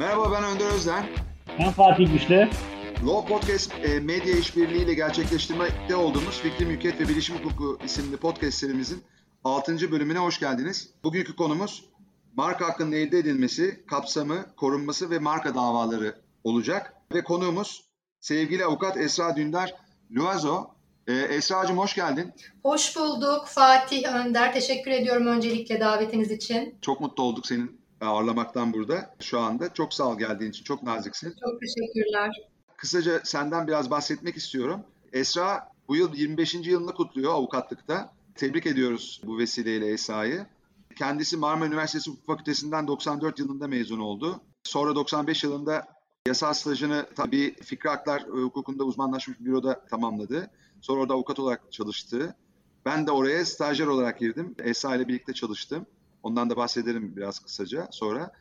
Merhaba, ben Önder Özden. Ben Fatih Güçlü. Law Podcast medya işbirliğiyle gerçekleştirmekte olduğumuz Fikri Mülkiyet ve Bilişim Hukuku isimli podcast serimizin 6. bölümüne hoş geldiniz. Bugünkü konumuz marka hakkının elde edilmesi, kapsamı, korunması ve marka davaları olacak. Ve konuğumuz sevgili avukat Esra Dündar Loiseau. Esra'cığım hoş geldin. Hoş bulduk Fatih, Önder. Teşekkür ediyorum öncelikle davetiniz için. Çok mutlu olduk senin ağırlamaktan burada şu anda. Çok sağ ol geldiğin için, çok naziksin. Çok teşekkürler. Kısaca senden biraz bahsetmek istiyorum. Esra bu yıl 25. yılını kutluyor avukatlıkta. Tebrik ediyoruz bu vesileyle Esra'yı. Kendisi Marmara Üniversitesi Hukuk Fakültesinden 94 yılında mezun oldu. Sonra 95 yılında yasal stajını tabii fikri haklar hukukunda uzmanlaşmış bir büroda tamamladı. Sonra orada avukat olarak çalıştı. Ben de oraya stajyer olarak girdim. Esra ile birlikte çalıştım. Ondan da bahsederim biraz kısaca sonra.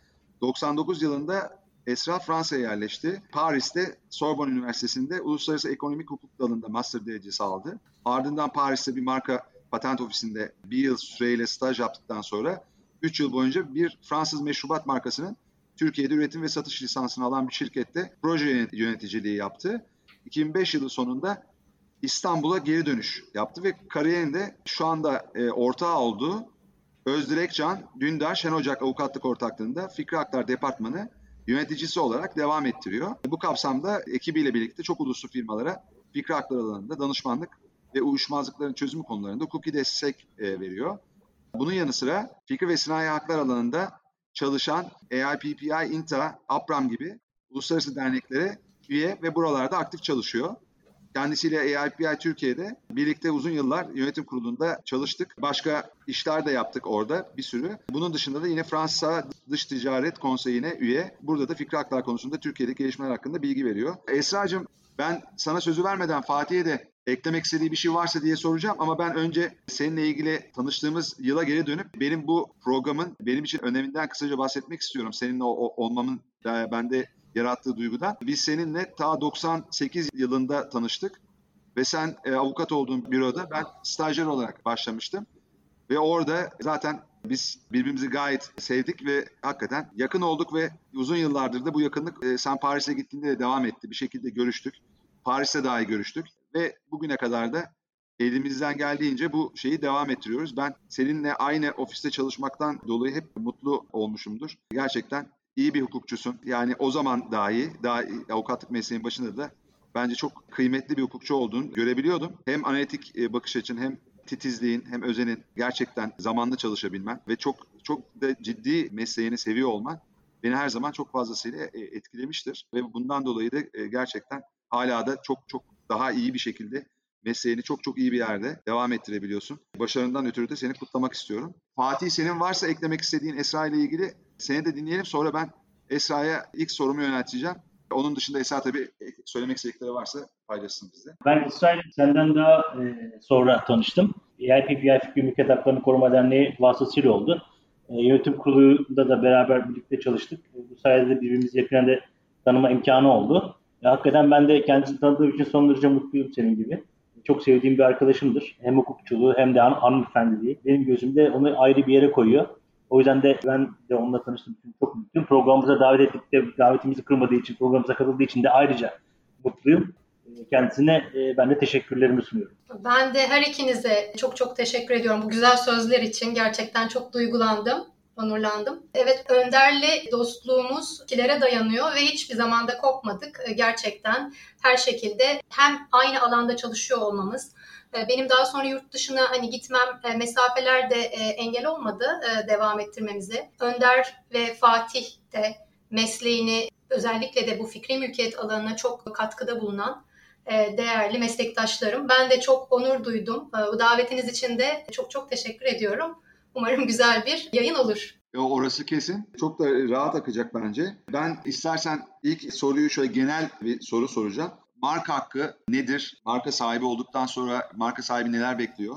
99 yılında Esra Fransa'ya yerleşti. Paris'te Sorbonne Üniversitesi'nde Uluslararası Ekonomik Hukuk dalında master derecesi aldı. Ardından Paris'te bir marka patent ofisinde bir yıl süreyle staj yaptıktan sonra 3 yıl boyunca bir Fransız meşrubat markasının Türkiye'de üretim ve satış lisansını alan bir şirkette proje yöneticiliği yaptı. 2005 yılı sonunda İstanbul'a geri dönüş yaptı ve kariyerinde şu anda ortağı olduğu Özdirek Can Dündar Şen Ocak Avukatlık Ortaklığı'nda Fikri Haklar Departmanı yöneticisi olarak devam ettiriyor. Bu kapsamda ekibiyle birlikte çok uluslu firmalara fikri haklar alanında danışmanlık ve uyuşmazlıkların çözümü konularında hukuki destek veriyor. Bunun yanı sıra fikri ve sinayi haklar alanında çalışan AIPPI, INTA, APRAM gibi uluslararası derneklere üye ve buralarda aktif çalışıyor. Kendisiyle AIPPI Türkiye'de birlikte uzun yıllar yönetim kurulunda çalıştık. Başka işler de yaptık orada bir sürü. Bunun dışında da yine Fransa Dış Ticaret Konseyi'ne üye. Burada da fikri haklar konusunda Türkiye'deki gelişmeler hakkında bilgi veriyor. Esra'cığım ben sana sözü vermeden Fatih'e de eklemek istediği bir şey varsa diye soracağım. Ama ben önce seninle ilgili tanıştığımız yıla geri dönüp benim bu programın benim için öneminden kısaca bahsetmek istiyorum. Seninle olmamın bende yarattığı duygudan. Biz seninle ta 98 yılında tanıştık ve sen avukat olduğun büroda ben stajyer olarak başlamıştım. Ve orada zaten biz birbirimizi gayet sevdik ve hakikaten yakın olduk ve uzun yıllardır da bu yakınlık sen Paris'e gittiğinde de devam etti. Bir şekilde görüştük. Paris'te dahi görüştük ve bugüne kadar da elimizden geldiğince bu şeyi devam ettiriyoruz. Ben seninle aynı ofiste çalışmaktan dolayı hep mutlu olmuşumdur. Gerçekten İyi bir hukukçusun. Yani o zaman daha avukatlık mesleğinin başında da bence çok kıymetli bir hukukçu olduğunu görebiliyordum. Hem analitik bakış açın hem titizliğin hem özenin gerçekten zamanlı çalışabilmen ve çok da ciddi mesleğini seviyor olman beni her zaman çok fazlasıyla etkilemiştir. Ve bundan dolayı da gerçekten hala da çok daha iyi bir şekilde mesleğini çok iyi bir yerde devam ettirebiliyorsun. Başarından ötürü de seni kutlamak istiyorum. Fatih senin varsa eklemek istediğin Esra ile ilgili seni de dinleyelim. Sonra ben Esra'ya ilk sorumu yönelteceğim. Onun dışında Esra tabii söylemek istedikleri varsa paylaşsın bizle. Ben İsrail senden daha sonra tanıştım. AIPPI Fikri Mülkiyet Haklarını Koruma Derneği vasıtasıyla oldu. Yönetim kurulunda da beraber birlikte çalıştık. Bu sayede birbirimizi yakından da tanıma imkanı oldu. Hakikaten ben de kendisini tanıdığım için son derece mutluyum senin gibi. Çok sevdiğim bir arkadaşımdır. Hem hukukçuluğu hem de hanımefendiliği. Benim gözümde onu ayrı bir yere koyuyor. O yüzden de ben de onunla tanıştığım için çok mutluyum. Programımıza davet ettik de davetimizi kırmadığı için, programımıza katıldığı için de ayrıca mutluyum. Kendisine ben de teşekkürlerimi sunuyorum. Ben de her ikinize çok teşekkür ediyorum bu güzel sözler için. Gerçekten çok duygulandım, onurlandım. Evet, Önder'le dostluğumuz kilere dayanıyor ve hiçbir zaman da kopmadık. Gerçekten her şekilde hem aynı alanda çalışıyor olmamız, benim daha sonra yurt dışına gitmem, mesafeler de engel olmadı devam ettirmemize. Önder ve Fatih de mesleğini, özellikle de bu fikri mülkiyet alanına çok katkıda bulunan değerli meslektaşlarım. Ben de çok onur duydum. Bu davetiniz için de çok teşekkür ediyorum. Umarım güzel bir yayın olur. Orası kesin. Çok da rahat akacak bence. Ben istersen ilk soruyu şöyle genel bir soru soracağım. Marka hakkı nedir? Marka sahibi olduktan sonra marka sahibi neler bekliyor?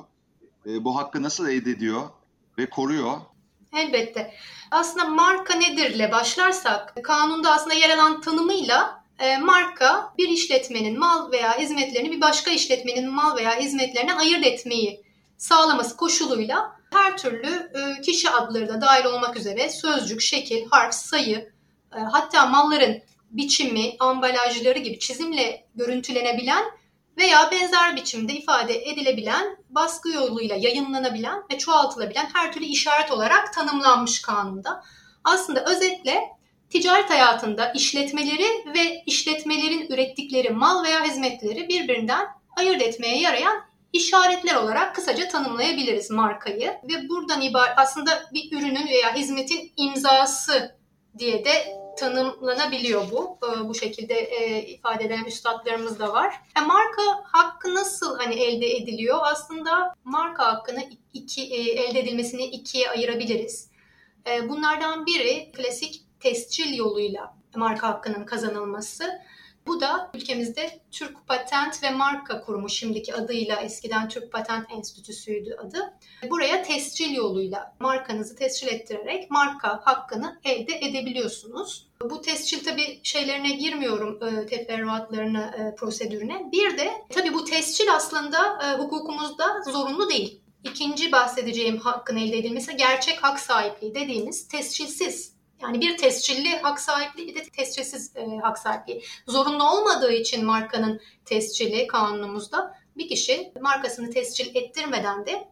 Bu hakkı nasıl elde ediyor ve koruyor? Elbette. Aslında marka nedirle başlarsak, kanunda aslında yer alan tanımıyla marka bir işletmenin mal veya hizmetlerini bir başka işletmenin mal veya hizmetlerine ayırt etmeyi sağlaması koşuluyla her türlü kişi adları da dahil olmak üzere sözcük, şekil, harf, sayı, hatta malların biçimi, ambalajları gibi çizimle görüntülenebilen veya benzer biçimde ifade edilebilen, baskı yoluyla yayınlanabilen ve çoğaltılabilen her türlü işaret olarak tanımlanmış kanunda. Aslında özetle ticaret hayatında işletmeleri ve işletmelerin ürettikleri mal veya hizmetleri birbirinden ayırt etmeye yarayan işaretler olarak kısaca tanımlayabiliriz markayı. Ve buradan ibaret aslında bir ürünün veya hizmetin imzası diye de tanımlanabiliyor bu. Bu şekilde ifade eden üstadlarımız da var. Marka hakkı nasıl elde ediliyor? Aslında marka hakkını elde edilmesini ikiye ayırabiliriz. Bunlardan biri klasik tescil yoluyla marka hakkının kazanılması. Bu da ülkemizde Türk Patent ve Marka Kurumu, şimdiki adıyla, eskiden Türk Patent Enstitüsü'ydü adı. Buraya tescil yoluyla markanızı tescil ettirerek marka hakkını elde edebiliyorsunuz. Bu tescil tabii şeylerine girmiyorum, teferruatlarına, prosedürüne. Bir de tabii bu tescil aslında hukukumuzda zorunlu değil. İkinci bahsedeceğim hakkın elde edilmesi gerçek hak sahipliği dediğimiz tescilsiz. Yani bir tescilli hak sahipliği, bir de tescilsiz hak sahipliği. Zorunlu olmadığı için markanın tescili kanunumuzda bir kişi markasını tescil ettirmeden de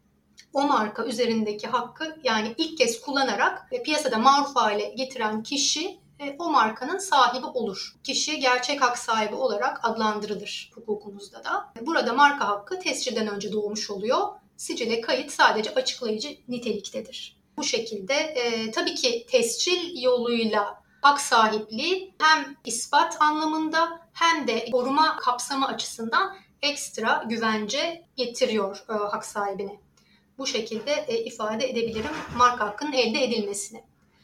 o marka üzerindeki hakkı, yani ilk kez kullanarak piyasada maruf hale getiren kişi o markanın sahibi olur. Kişi gerçek hak sahibi olarak adlandırılır hukukumuzda da. Burada marka hakkı tescilden önce doğmuş oluyor. Sicile kayıt sadece açıklayıcı niteliktedir. Bu şekilde tabii ki tescil yoluyla hak sahipliği hem ispat anlamında hem de koruma kapsamı açısından ekstra güvence getiriyor hak sahibine. Bu şekilde ifade edebilirim marka hakkının elde edilmesini.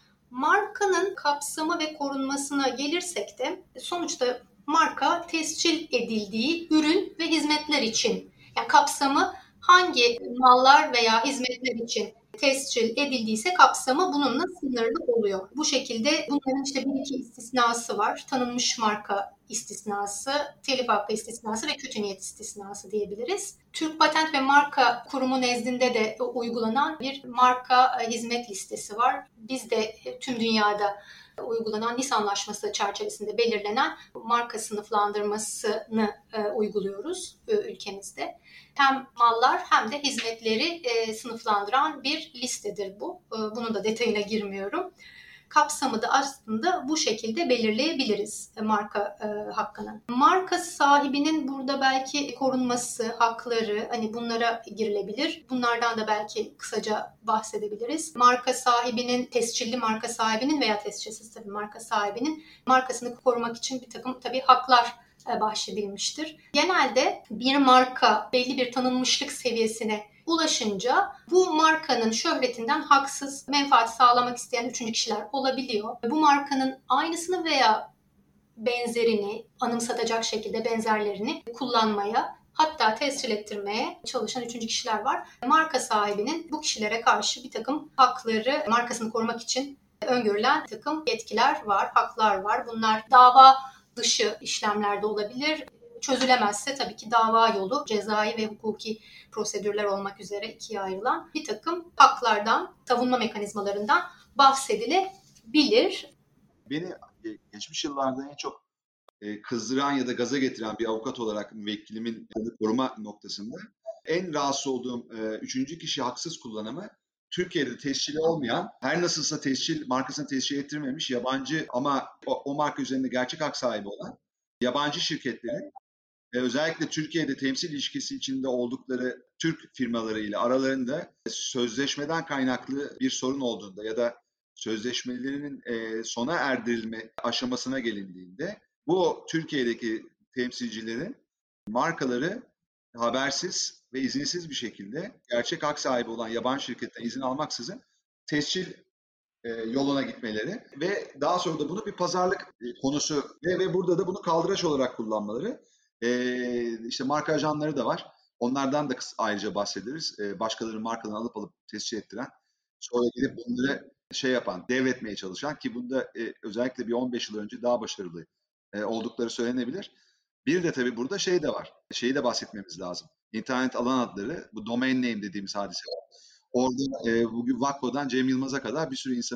Markanın kapsamı ve korunmasına gelirsek de sonuçta marka tescil edildiği ürün ve hizmetler için, yani kapsamı hangi mallar veya hizmetler için tescil edildiyse kapsamı bununla sınırlı oluyor. Bu şekilde bunların işte bir iki istisnası var. Tanınmış marka istisnası, telif hakkı istisnası ve kötü niyet istisnası diyebiliriz. Türk Patent ve Marka Kurumu nezdinde de uygulanan bir marka hizmet listesi var. Biz de tüm dünyada uygulanan NIS Anlaşması çerçevesinde belirlenen marka sınıflandırmasını uyguluyoruz ülkemizde. Hem mallar hem de hizmetleri sınıflandıran bir listedir bu. Bunun da detayına girmiyorum. Kapsamı da aslında bu şekilde belirleyebiliriz marka hakkının. Marka sahibinin burada belki korunması, hakları, bunlara girilebilir. Bunlardan da belki kısaca bahsedebiliriz. Marka sahibinin, tescilli marka sahibinin veya tescilsiz tabii marka sahibinin markasını korumak için bir takım tabii haklar bahşedilmiştir. Genelde bir marka belli bir tanınmışlık seviyesine ulaşınca bu markanın şöhretinden haksız menfaat sağlamak isteyen üçüncü kişiler olabiliyor. Bu markanın aynısını veya benzerini anımsatacak şekilde benzerlerini kullanmaya, hatta tescil ettirmeye çalışan üçüncü kişiler var. Marka sahibinin bu kişilere karşı bir takım hakları, markasını korumak için öngörülen bir takım yetkiler var, haklar var. Bunlar dava dışı işlemlerde olabilir. Çözülemezse tabii ki dava yolu, cezai ve hukuki prosedürler olmak üzere ikiye ayrılan bir takım haklardan, savunma mekanizmalarından bahsedilebilir. Beni geçmiş yıllarda en çok kızdıran ya da gaza getiren bir avukat olarak müvekkilimin koruma noktasında en rahatsız olduğum üçüncü kişi haksız kullanımı, Türkiye'de tescili olmayan, her nasılsa markasını tescil ettirmemiş yabancı ama o marka üzerinde gerçek hak sahibi olan yabancı şirketlerin özellikle Türkiye'de temsil ilişkisi içinde oldukları Türk firmalarıyla aralarında sözleşmeden kaynaklı bir sorun olduğunda ya da sözleşmelerinin sona erdirilme aşamasına gelindiğinde bu Türkiye'deki temsilcilerin markaları habersiz ve izinsiz bir şekilde gerçek hak sahibi olan yabancı şirketten izin almaksızın tescil yoluna gitmeleri ve daha sonra da bunu bir pazarlık konusu ve burada da bunu kaldıraç olarak kullanmaları. İşte marka ajanları da var. Onlardan da ayrıca bahsederiz. Başkalarının markalarını alıp tescil ettiren, sonra gidip bunları devretmeye çalışan, ki bunda özellikle bir 15 yıl önce daha başarılı oldukları söylenebilir. Bir de tabii burada de var. Şeyi de bahsetmemiz lazım. İnternet alan adları, bu domain name dediğimiz hadise var. Orada bugün Vakko'dan Cem Yılmaz'a kadar bir sürü insanın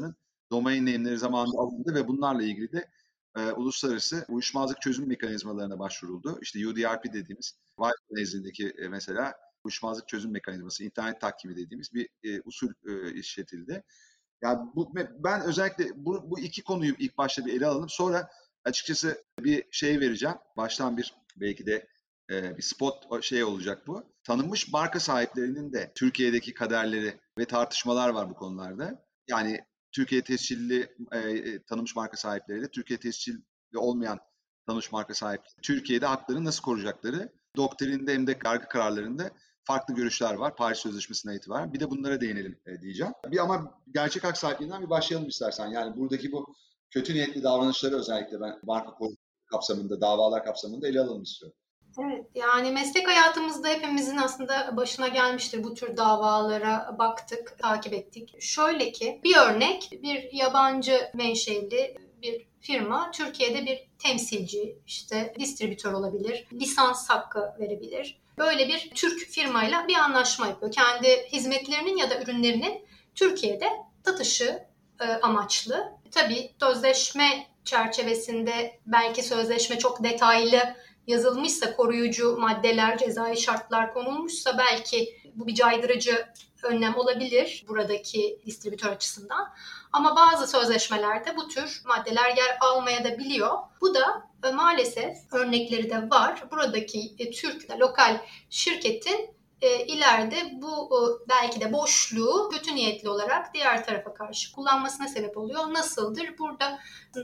domain name'leri zamanında alındı ve bunlarla ilgili de uluslararası uyuşmazlık çözüm mekanizmalarına başvuruldu. İşte UDRP dediğimiz, WIPO nezdindeki mesela uyuşmazlık çözüm mekanizması, internet takibi dediğimiz bir usul işletildi. Yani ben özellikle bu iki konuyu ilk başta bir ele alalım. Sonra açıkçası bir şey vereceğim. Baştan belki de bir spot şey olacak bu. Tanınmış marka sahiplerinin de Türkiye'deki kaderleri ve tartışmalar var bu konularda. Yani Türkiye tescilli tanınmış marka sahipleriyle Türkiye tescilli olmayan tanınmış marka sahipleri Türkiye'de haklarını nasıl koruyacakları doktrinde hem de yargı kararlarında farklı görüşler var. Paris Sözleşmesi'ne itibaren. Bir de bunlara değinelim diyeceğim. Ama gerçek hak sahipliğinden bir başlayalım istersen. Yani buradaki bu kötü niyetli davranışları özellikle ben marka koruma kapsamında, davalar kapsamında ele alalım istiyorum. Evet, yani meslek hayatımızda hepimizin aslında başına gelmiştir, bu tür davalara baktık, takip ettik. Şöyle ki, bir örnek, bir yabancı menşeli bir firma Türkiye'de bir temsilci, işte distribütör olabilir, lisans hakkı verebilir. Böyle bir Türk firmayla bir anlaşma yapıyor. Kendi hizmetlerinin ya da ürünlerinin Türkiye'de satışı amaçlı. Tabii sözleşme çerçevesinde belki sözleşme çok detaylı yazılmışsa, koruyucu maddeler, cezai şartlar konulmuşsa belki bu bir caydırıcı önlem olabilir buradaki distribütör açısından. Ama bazı sözleşmelerde bu tür maddeler yer almaya da biliyor. Bu da maalesef örnekleri de var. Buradaki Türk lokal şirketin ileride bu belki de boşluğu kötü niyetli olarak diğer tarafa karşı kullanmasına sebep oluyor. Nasıldır? Burada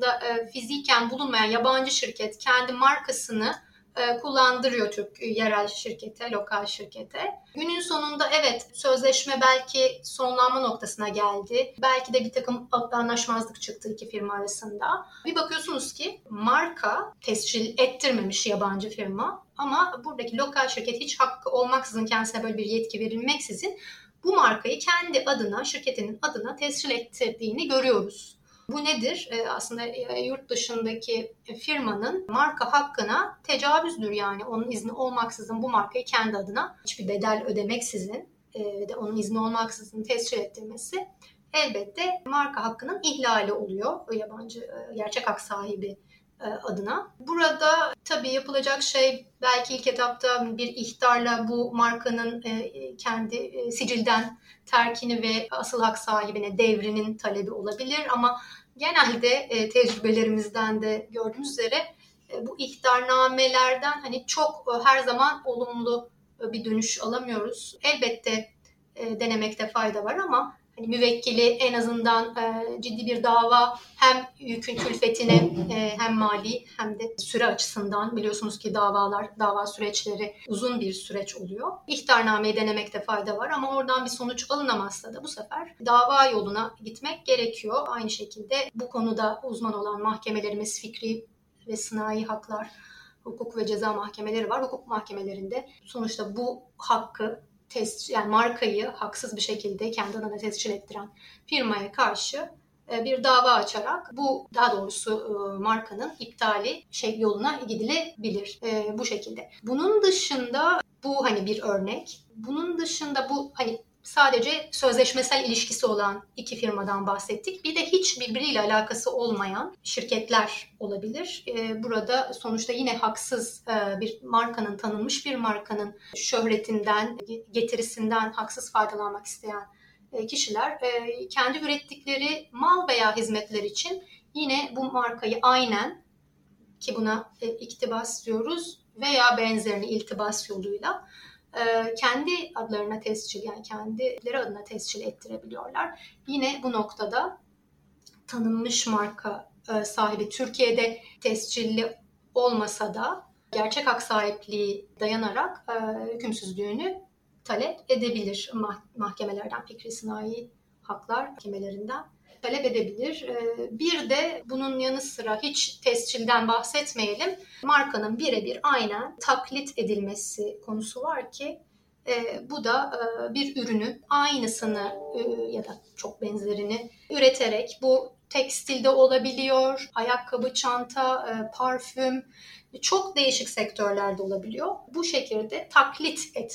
fiziken bulunmayan yabancı şirket kendi markasını kullandırıyor Türk yerel şirkete, lokal şirkete. Günün sonunda evet, sözleşme belki sonlanma noktasına geldi. Belki de bir takım anlaşmazlık çıktı iki firma arasında. Bir bakıyorsunuz ki marka tescil ettirmemiş yabancı firma ama buradaki lokal şirket hiç hakkı olmaksızın, kendisine böyle bir yetki verilmeksizin bu markayı kendi adına, şirketinin adına tescil ettirdiğini görüyoruz. Bu nedir? Aslında yurt dışındaki firmanın marka hakkına tecavüzdür. Yani onun izni olmaksızın bu markayı kendi adına hiçbir bedel ödemeksizin ve de onun izni olmaksızın tescil ettirmesi elbette marka hakkının ihlali oluyor yabancı gerçek hak sahibi adına. Burada tabii yapılacak şey belki ilk etapta bir ihtarla bu markanın kendi sicilden terkini ve asıl hak sahibine devrinin talebi olabilir ama genelde tecrübelerimizden de gördüğümüz üzere bu ihtarnamelerden hani çok her zaman olumlu bir dönüş alamıyoruz. Elbette denemekte fayda var ama hani müvekkili en azından ciddi bir dava hem yükün külfetine hem mali hem de süre açısından, biliyorsunuz ki dava süreçleri uzun bir süreç oluyor. İhtarnameyi denemekte fayda var ama oradan bir sonuç alınamazsa da bu sefer dava yoluna gitmek gerekiyor. Aynı şekilde bu konuda uzman olan mahkemelerimiz, fikri ve sınai haklar, hukuk ve ceza mahkemeleri var. Hukuk mahkemelerinde sonuçta bu hakkı yani markayı haksız bir şekilde kendi adına tescil ettiren firmaya karşı bir dava açarak bu, daha doğrusu markanın iptali yoluna gidilebilir bu şekilde. Bunun dışında bu hani bir örnek. Bunun dışında bu hani sadece sözleşmesel ilişkisi olan iki firmadan bahsettik. Bir de hiç birbiriyle alakası olmayan şirketler olabilir. Burada sonuçta yine haksız bir markanın, tanınmış bir markanın şöhretinden, getirisinden haksız faydalanmak isteyen kişiler kendi ürettikleri mal veya hizmetler için yine bu markayı aynen, ki buna iktibas diyoruz, veya benzerini iltibas yoluyla kendi adlarına tescil, yani kendileri adına tescil ettirebiliyorlar. Yine bu noktada tanınmış marka sahibi Türkiye'de tescilli olmasa da gerçek hak sahipliği dayanarak hükümsüzlüğünü talep edebilir mahkemelerden, fikri sınai haklar mahkemelerinden talep edebilir. Bir de bunun yanı sıra hiç tescilden bahsetmeyelim. Markanın birebir aynen taklit edilmesi konusu var ki bu da bir ürünü aynısını ya da çok benzerini üreterek, bu tekstilde olabiliyor, ayakkabı, çanta, parfüm, çok değişik sektörlerde olabiliyor. Bu şekilde taklit etme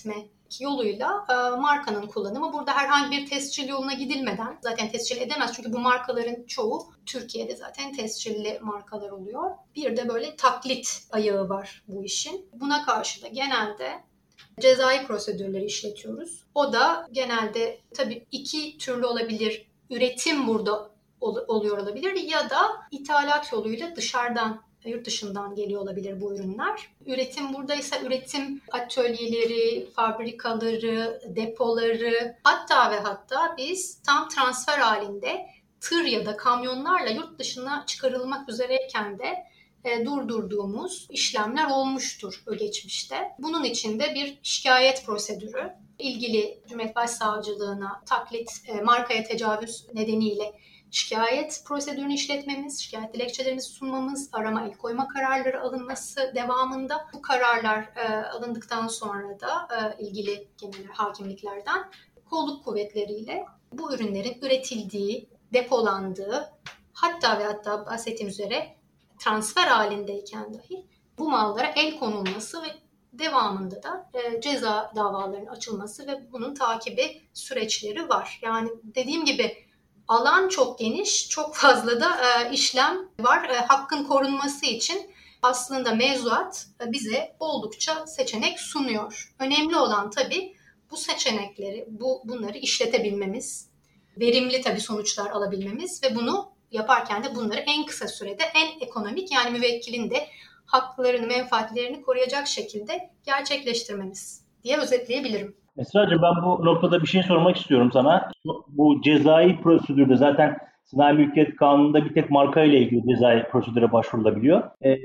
yoluyla markanın kullanımı. Burada herhangi bir tescil yoluna gidilmeden, zaten tescil edemez çünkü bu markaların çoğu Türkiye'de zaten tescilli markalar oluyor. Bir de böyle taklit ayağı var bu işin. Buna karşı da genelde cezai prosedürleri işletiyoruz. O da genelde tabii iki türlü olabilir. Üretim burada oluyor olabilir ya da ithalat yoluyla dışarıdan, yurt dışından geliyor olabilir bu ürünler. Üretim buradaysa üretim atölyeleri, fabrikaları, depoları, hatta ve hatta biz tam transfer halinde tır ya da kamyonlarla yurt dışına çıkarılmak üzereyken de durdurduğumuz işlemler olmuştur geçmişte. Bunun için de bir şikayet prosedürü, ilgili Cumhuriyet Başsavcılığına taklit, markaya tecavüz nedeniyle şikayet prosedürünü işletmemiz, şikayet dilekçelerimizi sunmamız, arama el koyma kararları alınması devamında bu kararlar alındıktan sonra da ilgili genel hakimliklerden kolluk kuvvetleriyle bu ürünlerin üretildiği, depolandığı, hatta ve hatta bahsettiğim üzere transfer halindeyken dahi bu mallara el konulması ve devamında da ceza davalarının açılması ve bunun takibi süreçleri var. Yani dediğim gibi alan çok geniş, çok fazla da işlem var. Hakkın korunması için aslında mevzuat bize oldukça seçenek sunuyor. Önemli olan tabii bu seçenekleri, bunları işletebilmemiz, verimli tabii sonuçlar alabilmemiz ve bunu yaparken de bunları en kısa sürede en ekonomik, yani müvekkilin de haklarını, menfaatlerini koruyacak şekilde gerçekleştirmemiz diye özetleyebilirim. Esra'cığım, ben bu noktada bir şey sormak istiyorum sana. Bu cezai prosedürde zaten Sanayi Mülkiyet Kanunu'nda bir tek marka ile ilgili cezai prosedüre başvurulabiliyor.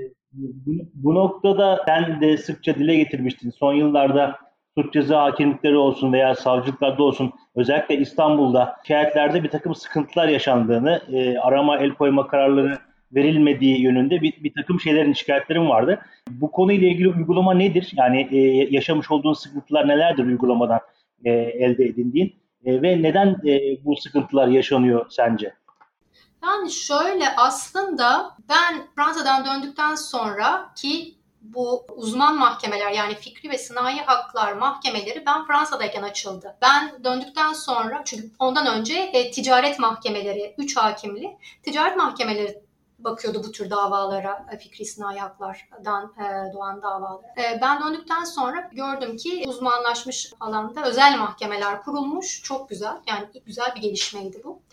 Bu noktada sen de sıkça dile getirmiştin. Son yıllarda suç ceza hakimlikleri olsun veya savcılıklarda olsun, özellikle İstanbul'da şikayetlerde bir takım sıkıntılar yaşandığını, arama el koyma kararları verilmediği yönünde bir takım şikayetlerim vardı. Bu konuyla ilgili uygulama nedir? Yani yaşamış olduğun sıkıntılar nelerdir uygulamadan elde edindiğin? Ve neden bu sıkıntılar yaşanıyor sence? Yani şöyle, aslında ben Fransa'dan döndükten sonra ki bu uzman mahkemeler, yani fikri ve sınai haklar mahkemeleri ben Fransa'dayken açıldı. Ben döndükten sonra, çünkü ondan önce ticaret mahkemeleri, 3 hakimli ticaret mahkemeleri bakıyordu bu tür davalara, fikri sınai haklardan doğan davalara. Ben döndükten sonra gördüm ki uzmanlaşmış alanda özel mahkemeler kurulmuş. Çok güzel, yani güzel bir gelişmeydi bu.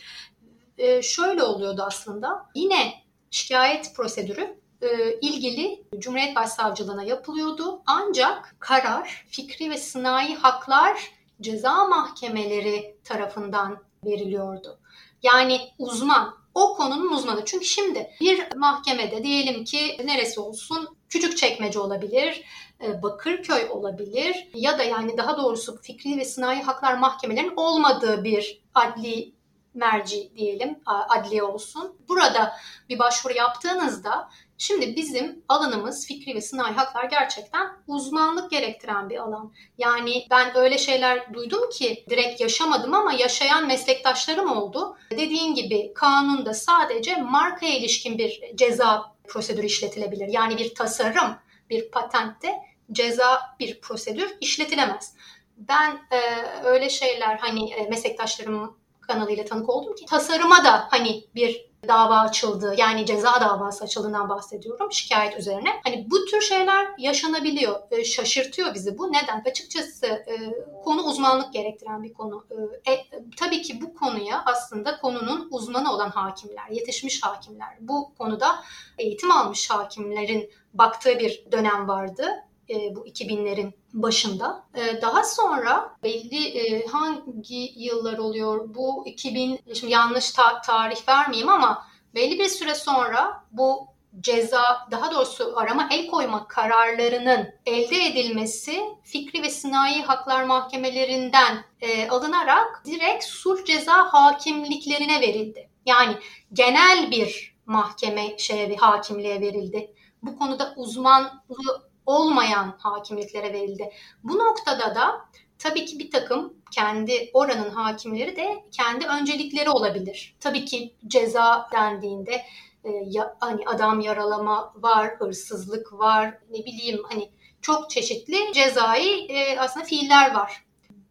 Şöyle oluyordu aslında. Yine şikayet prosedürü ilgili Cumhuriyet Başsavcılığına yapılıyordu. Ancak karar fikri ve sınai haklar ceza mahkemeleri tarafından veriliyordu. Yani uzman, o konunun uzmanı. Çünkü şimdi bir mahkemede diyelim ki neresi olsun, Küçükçekmece olabilir, Bakırköy olabilir ya da yani daha doğrusu fikri ve sınai haklar mahkemelerinin olmadığı bir adli merci diyelim, adliye olsun. Burada bir başvuru yaptığınızda, şimdi bizim alanımız fikri ve sınai haklar gerçekten uzmanlık gerektiren bir alan. Yani ben öyle şeyler duydum ki direkt yaşamadım ama yaşayan meslektaşlarım oldu. Dediğin gibi kanunda sadece markaya ilişkin bir ceza prosedürü işletilebilir. Yani bir tasarım, bir patentte ceza bir prosedür işletilemez. Ben öyle şeyler, hani meslektaşlarım kanalıyla tanık oldum ki tasarıma da hani bir dava açıldı, yani ceza davası açıldığından bahsediyorum şikayet üzerine. Hani bu tür şeyler yaşanabiliyor. Şaşırtıyor bizi bu. Neden? Açıkçası konu uzmanlık gerektiren bir konu. Tabii ki bu konuya aslında konunun uzmanı olan hakimler, yetişmiş hakimler, bu konuda eğitim almış hakimlerin baktığı bir dönem vardı. Bu 2000'lerin başında. Daha sonra belli hangi yıllar oluyor bu 2000, şimdi yanlış tarih vermeyeyim ama belli bir süre sonra bu ceza, daha doğrusu arama el koyma kararlarının elde edilmesi fikri ve sınai haklar mahkemelerinden alınarak direkt sulh ceza hakimliklerine verildi. Yani genel bir mahkeme hakimliğe verildi. Bu konuda uzmanlığı olmayan hakimliklere verildi. Bu noktada da tabii ki bir takım kendi oranın hakimleri de kendi öncelikleri olabilir. Tabii ki ceza dendiğinde hani adam yaralama var, hırsızlık var, ne bileyim hani çok çeşitli cezai aslında fiiller var.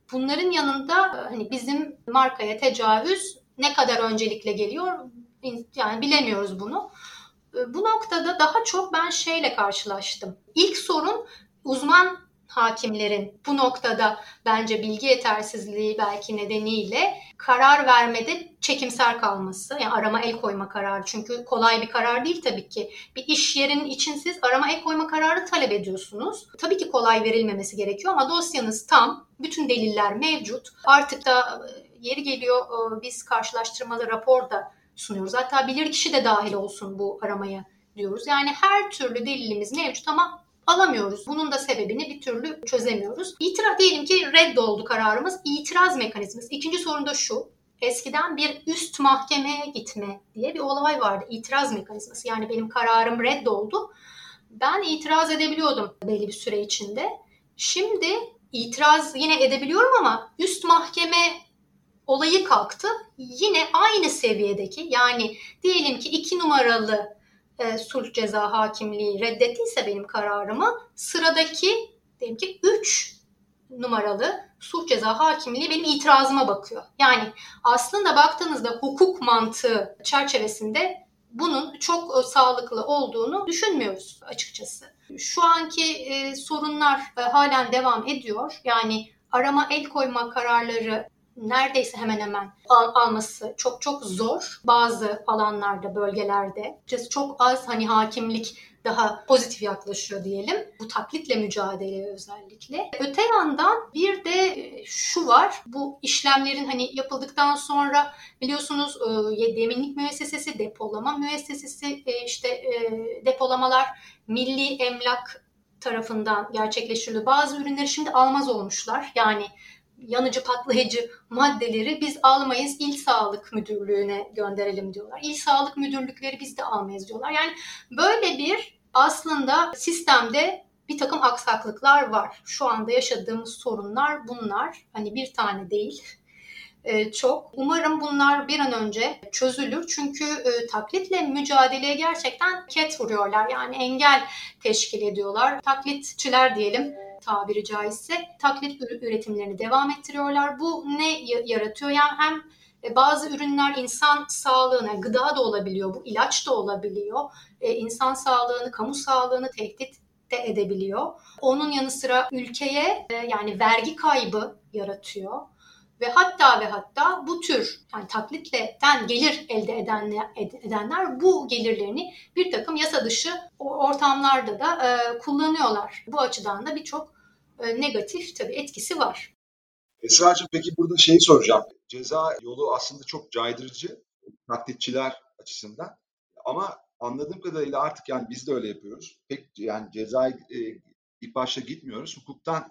Bunların yanında hani bizim markaya tecavüz ne kadar öncelikle geliyor yani bilemiyoruz bunu. Bu noktada daha çok ben şeyle karşılaştım. İlk sorun uzman hakimlerin bu noktada bence bilgi yetersizliği belki nedeniyle karar vermede çekimser kalması. Yani arama el koyma kararı. Çünkü kolay bir karar değil tabii ki. Bir iş yerinin için siz arama el koyma kararı talep ediyorsunuz. Tabii ki kolay verilmemesi gerekiyor ama dosyanız tam. Bütün deliller mevcut. Artık da yeri geliyor biz karşılaştırmalı rapor da sunuyoruz. Hatta bilirkişi de dahil olsun bu aramaya diyoruz. Yani her türlü delilimiz mevcut ama alamıyoruz. Bunun da sebebini bir türlü çözemiyoruz. Diyelim ki reddoldu kararımız. İtiraz mekanizması. İkinci sorun da şu. Eskiden bir üst mahkemeye gitme diye bir olay vardı. İtiraz mekanizması. Yani benim kararım reddoldu. Ben itiraz edebiliyordum belli bir süre içinde. Şimdi itiraz yine edebiliyorum ama üst mahkeme olayı kalktı. Yine aynı seviyedeki yani diyelim ki 2 numaralı sulh ceza hakimliği reddettiyse benim kararımı sıradaki diyelim ki 3 numaralı sulh ceza hakimliği benim itirazıma bakıyor. Yani aslında baktığınızda hukuk mantığı çerçevesinde bunun çok sağlıklı olduğunu düşünmüyoruz açıkçası. Şu anki sorunlar halen devam ediyor. Yani arama el koyma kararları neredeyse hemen hemen alması çok çok zor. Bazı alanlarda, bölgelerde çok az hani hakimlik daha pozitif yaklaşıyor diyelim. Bu taklitle mücadeleye özellikle. Öte yandan bir de şu var. Bu işlemlerin hani yapıldıktan sonra biliyorsunuz deminlik müessesesi, depolama müessesesi, depolamalar milli emlak tarafından gerçekleştiriliyor. Bazı ürünleri şimdi almaz olmuşlar. Yani yanıcı patlayıcı maddeleri biz almayız, İl Sağlık Müdürlüğü'ne gönderelim diyorlar. İl Sağlık Müdürlükleri biz de almayız diyorlar. Yani böyle bir aslında sistemde bir takım aksaklıklar var. Şu anda yaşadığımız sorunlar bunlar. Hani bir tane değil. Çok. Umarım bunlar bir an önce çözülür. Çünkü taklitle mücadeleye gerçekten ket vuruyorlar. Yani engel teşkil ediyorlar. Taklitçiler diyelim tabiri caizse taklit üretimlerini devam ettiriyorlar. Bu ne yaratıyor? Yani hem bazı ürünler insan sağlığına, gıda da olabiliyor, bu ilaç da olabiliyor. İnsan sağlığını, kamu sağlığını tehdit de edebiliyor. Onun yanı sıra ülkeye yani vergi kaybı yaratıyor. Ve hatta bu tür yani taklitleden gelir elde edenler bu gelirlerini bir takım yasa dışı ortamlarda da kullanıyorlar. Bu açıdan da birçok negatif tabii etkisi var. Esra'cığım peki burada şeyi soracağım. Ceza yolu aslında çok caydırıcı taklitçiler açısından. Ama anladığım kadarıyla artık yani biz de öyle yapıyoruz. Pek yani ceza ilk başta gitmiyoruz. Hukuktan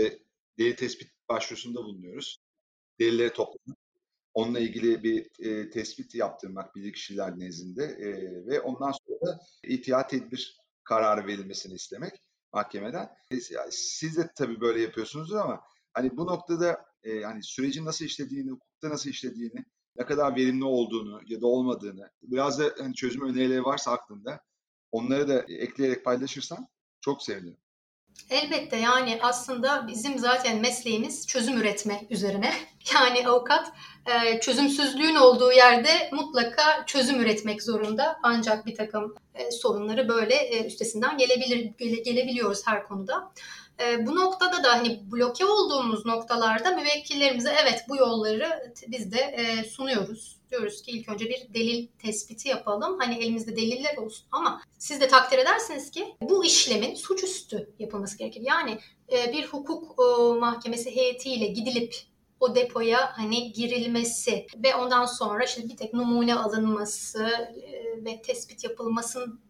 delil tespit başvurusunda bulunuyoruz. Delilleri toplamak, onunla ilgili bir tespit yaptırmak bilirkişiler nezdinde ve ondan sonra da ihtiyat tedbir kararı verilmesini istemek mahkemeden. Siz de tabii böyle yapıyorsunuz ama hani bu noktada hani sürecin nasıl işlediğini, hukukta nasıl işlediğini, ne kadar verimli olduğunu ya da olmadığını, biraz da hani çözüm önerileri varsa aklında onları da ekleyerek paylaşırsan çok sevinirim. Elbette yani aslında bizim zaten mesleğimiz çözüm üretme üzerine. Yani avukat çözümsüzlüğün olduğu yerde mutlaka çözüm üretmek zorunda. Ancak bir takım sorunları böyle üstesinden gelebiliyoruz her konuda. Bu noktada da hani bloke olduğumuz noktalarda müvekkillerimize evet bu yolları biz de sunuyoruz. Diyoruz ki ilk önce bir delil tespiti yapalım. Hani elimizde deliller olsun ama siz de takdir edersiniz ki bu işlemin suçüstü yapılması gerekir. Yani bir hukuk mahkemesi heyetiyle gidilip o depoya hani girilmesi ve ondan sonra işte bir tek numune alınması ve tespit yapılmasının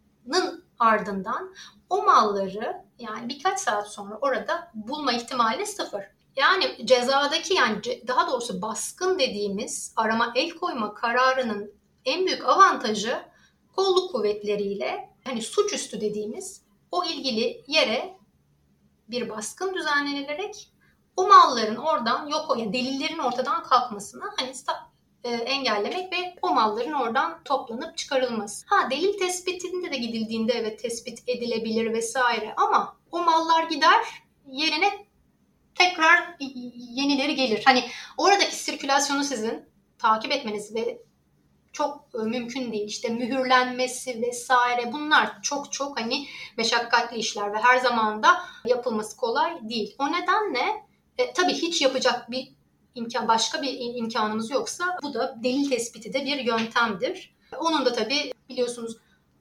ardından o malları yani birkaç saat sonra orada bulma ihtimali sıfır. Yani cezadaki yani daha doğrusu baskın dediğimiz arama el koyma kararının en büyük avantajı kolluk kuvvetleriyle hani suçüstü dediğimiz o ilgili yere bir baskın düzenlenilerek o malların oradan yani delillerin ortadan kalkmasına hani engellemek ve o malların oradan toplanıp çıkarılması. Delil tespitinde de gidildiğinde evet tespit edilebilir vesaire ama o mallar gider yerine tekrar yenileri gelir. Hani oradaki sirkülasyonu sizin takip etmeniz ve çok mümkün değil. İşte mühürlenmesi vesaire, bunlar çok çok hani meşakkatli işler ve her zaman da yapılması kolay değil. O nedenle tabii hiç yapacak bir başka bir imkanımız yoksa bu da delil tespiti de bir yöntemdir. Onun da tabii biliyorsunuz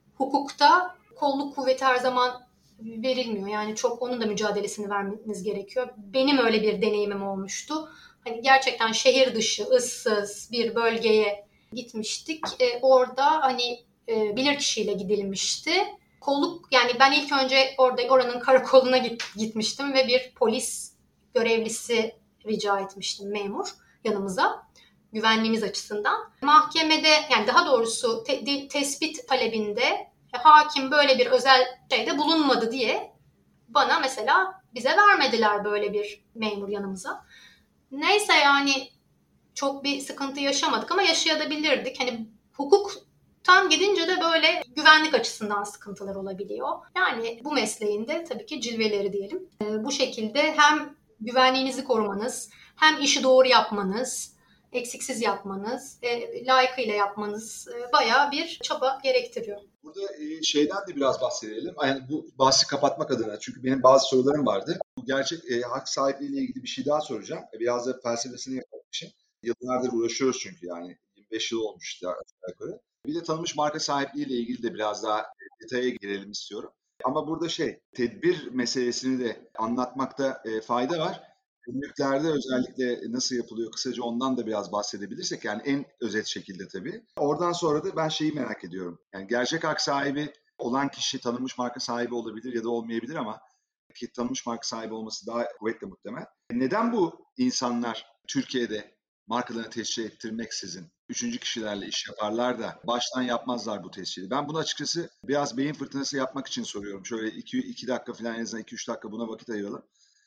hukukta kolluk kuvveti her zaman verilmiyor. Yani çok onun da mücadelesini vermeniz gerekiyor. Benim öyle bir deneyimim olmuştu. Hani gerçekten şehir dışı, ıssız bir bölgeye gitmiştik. Orada hani bilirkişiyle gidilmişti. Kolluk, yani ben ilk önce oranın karakoluna gitmiştim ve bir polis görevlisi rica etmiştim, memur yanımıza, güvenliğimiz açısından. Mahkemede, yani daha doğrusu tespit talebinde hakim böyle bir özel şeyde bulunmadı diye bana mesela, bize vermediler böyle bir memur yanımıza. Neyse yani çok bir sıkıntı yaşamadık ama yaşayabilirdik. Hani hukuktan gidince de böyle güvenlik açısından sıkıntılar olabiliyor. Yani bu mesleğin de tabii ki cilveleri diyelim. Bu şekilde hem güvenliğinizi korumanız, hem işi doğru yapmanız, eksiksiz yapmanız, layıkıyla yapmanız bayağı bir çaba gerektiriyor. Burada şeyden de biraz bahsedelim. Yani bu bahsi kapatmak adına. Çünkü benim bazı sorularım vardı. Bu gerçek hak sahipliğiyle ilgili bir şey daha soracağım. Biraz da felsefesini yapmak için. Yıllardır uğraşıyoruz çünkü yani. 25 yıl olmuş işte aşağı yukarı. Bir de tanınmış marka sahipliğiyle ilgili de biraz daha detaya girelim istiyorum. Ama burada tedbir meselesini de anlatmakta fayda var. Gümrüklerde özellikle nasıl yapılıyor, kısaca ondan da biraz bahsedebilirsek, yani en özet şekilde tabii. Oradan sonra da ben şeyi merak ediyorum. Yani gerçek hak sahibi olan kişi tanınmış marka sahibi olabilir ya da olmayabilir ama ki tanınmış marka sahibi olması daha kuvvetli muhtemel. Neden bu insanlar Türkiye'de markalarını tescil ettirmeksizin üçüncü kişilerle iş yaparlar da baştan yapmazlar bu tescili? Ben bunu açıkçası biraz beyin fırtınası yapmak için soruyorum. Şöyle 2 dakika falan, en azından 2-3 dakika buna vakit ayıralım.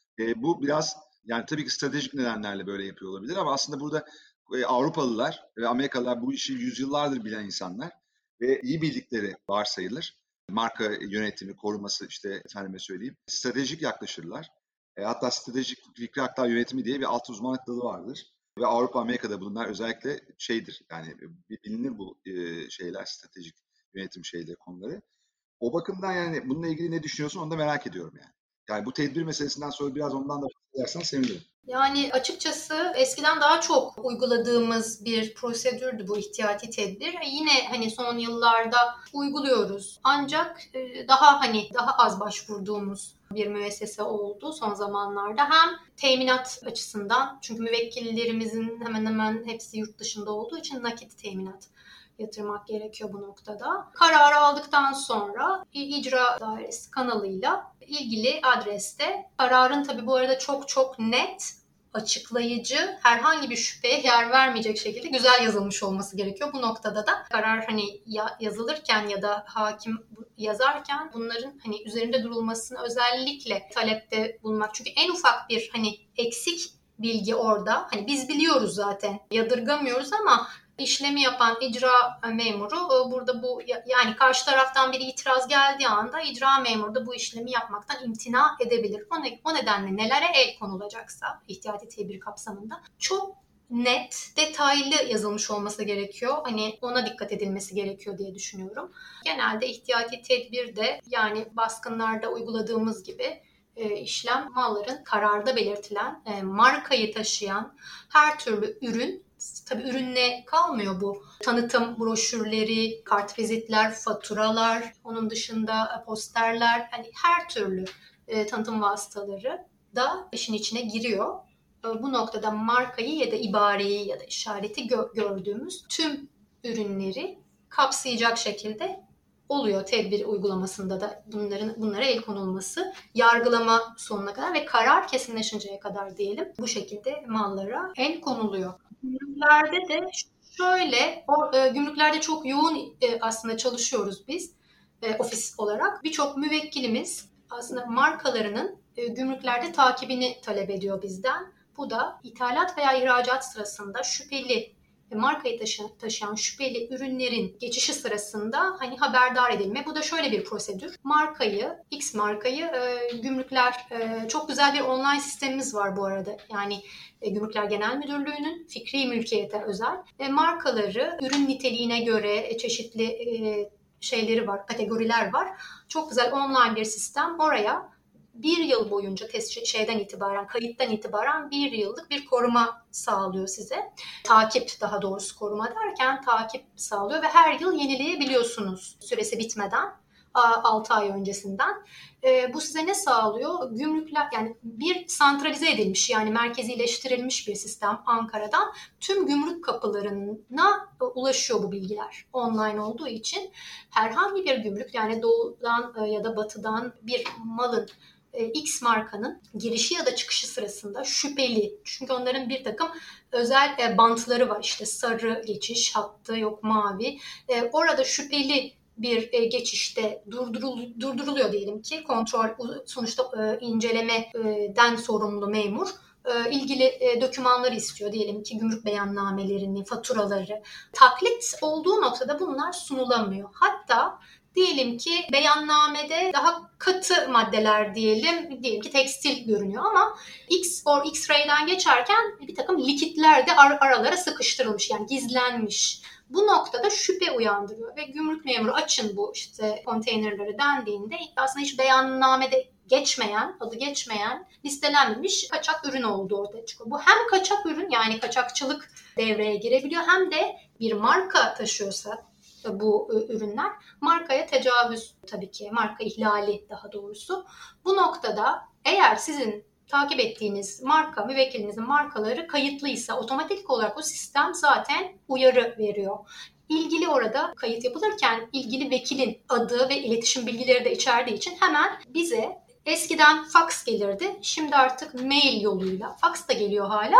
Bu biraz, yani tabii ki stratejik nedenlerle böyle yapıyor olabilir ama aslında burada Avrupalılar ve Amerikalılar bu işi yüzyıllardır bilen insanlar ve iyi bildikleri varsayılır. Marka yönetimi, koruması, işte efendime söyleyeyim, stratejik yaklaşırlar. Hatta stratejik fikri aktar yönetimi diye bir alt uzmanlık dalı vardır. Ve Avrupa, Amerika'da bunlar özellikle yani bilinir bu şeyler, stratejik yönetim konuları. O bakımdan yani bununla ilgili ne düşünüyorsun, onu da merak ediyorum yani. Yani bu tedbir meselesinden sonra biraz ondan da bahsedersen sevinirim. Yani açıkçası eskiden daha çok uyguladığımız bir prosedürdü bu ihtiyati tedbir. Yine hani son yıllarda uyguluyoruz. Ancak daha az başvurduğumuz bir müessese oldu son zamanlarda. Hem teminat açısından, çünkü müvekkillerimizin hemen hemen hepsi yurt dışında olduğu için nakit teminat yatırmak gerekiyor bu noktada. Kararı aldıktan sonra icra dairesi kanalıyla ilgili adreste, kararın tabii bu arada çok çok net, açıklayıcı, herhangi bir şüpheye yer vermeyecek şekilde güzel yazılmış olması gerekiyor. Bu noktada da karar hani yazılırken ya da hakim yazarken bunların hani üzerinde durulmasını özellikle talepte bulunmak. Çünkü en ufak bir hani eksik bilgi orada, hani biz biliyoruz zaten, yadırgamıyoruz ama işlemi yapan icra memuru burada yani karşı taraftan bir itiraz geldiği anda icra memuru da bu işlemi yapmaktan imtina edebilir. O nedenle nelere el konulacaksa ihtiyati tedbir kapsamında çok net, detaylı yazılmış olması gerekiyor. Hani ona dikkat edilmesi gerekiyor diye düşünüyorum. Genelde ihtiyati tedbirde, yani baskınlarda uyguladığımız gibi işlem, malların kararda belirtilen, markayı taşıyan her türlü ürün, tabii ürünle kalmıyor bu. Tanıtım broşürleri, kartvizitler, faturalar, onun dışında posterler, hani her türlü tanıtım vasıtaları da işin içine giriyor. Bu noktada markayı ya da ibareyi ya da işareti gördüğümüz tüm ürünleri kapsayacak şekilde oluyor tedbir uygulamasında da bunlara el konulması, yargılama sonuna kadar ve karar kesinleşinceye kadar diyelim, bu şekilde mallara el konuluyor. Gümrüklerde de şöyle, gümrüklerde çok yoğun aslında çalışıyoruz biz ofis olarak. Birçok müvekkilimiz aslında markalarının gümrüklerde takibini talep ediyor bizden. Bu da ithalat veya ihracat sırasında şüpheli markayı taşıyan şüpheli ürünlerin geçişi sırasında hani haberdar edilme. Bu da şöyle bir prosedür. X markayı gümrükler, çok güzel bir online sistemimiz var bu arada. Yani Gümrükler Genel Müdürlüğü'nün fikri mülkiyete özel markaları ürün niteliğine göre çeşitli şeyleri var, kategoriler var. Çok güzel online bir sistem. Oraya bir yıl boyunca kayıttan itibaren bir yıllık bir koruma sağlıyor size. Daha doğrusu koruma derken takip sağlıyor ve her yıl yenileyebiliyorsunuz süresi bitmeden, 6 ay öncesinden. Bu size ne sağlıyor? Gümrükler, yani bir santralize edilmiş, yani merkezileştirilmiş bir sistem Ankara'dan tüm gümrük kapılarına ulaşıyor bu bilgiler. Online olduğu için herhangi bir gümrük, yani doğudan ya da batıdan bir malın X markanın girişi ya da çıkışı sırasında şüpheli, çünkü onların bir takım özel bantları var, işte sarı geçiş hattı, yok mavi, orada şüpheli bir geçişte durduruluyor diyelim ki, kontrol, sonuçta incelemeden sorumlu memur ilgili dokümanları istiyor, diyelim ki gümrük beyannamelerini, faturaları. Taklit olduğu noktada bunlar sunulamıyor. Hatta diyelim ki beyannamede daha katı maddeler diyelim ki tekstil görünüyor ama X-ray'den geçerken bir takım likitler de aralara sıkıştırılmış, yani gizlenmiş. Bu noktada şüphe uyandırıyor ve gümrük memuru açın bu işte konteynerleri dendiğinde aslında hiç beyannamede adı geçmeyen, listelenmemiş kaçak ürün olduğu ortaya çıkıyor. Bu hem kaçak ürün, yani kaçakçılık devreye girebiliyor, hem de bir marka taşıyorsa bu ürünler markaya tecavüz, tabii ki marka ihlali daha doğrusu. Bu noktada eğer sizin takip ettiğiniz marka, müvekkilinizin markaları kayıtlıysa otomatik olarak o sistem zaten uyarı veriyor. İlgili orada kayıt yapılırken ilgili vekilin adı ve iletişim bilgileri de içerdiği için hemen bize, eskiden fax gelirdi, şimdi artık mail yoluyla, fax da geliyor hala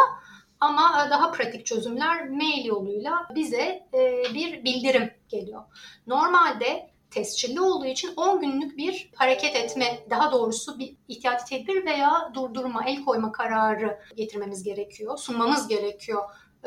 ama daha pratik çözümler, mail yoluyla bize bir bildirim geliyor. Normalde tescilli olduğu için 10 günlük bir hareket etme, daha doğrusu bir ihtiyati tedbir veya durdurma, el koyma kararı getirmemiz gerekiyor, sunmamız gerekiyor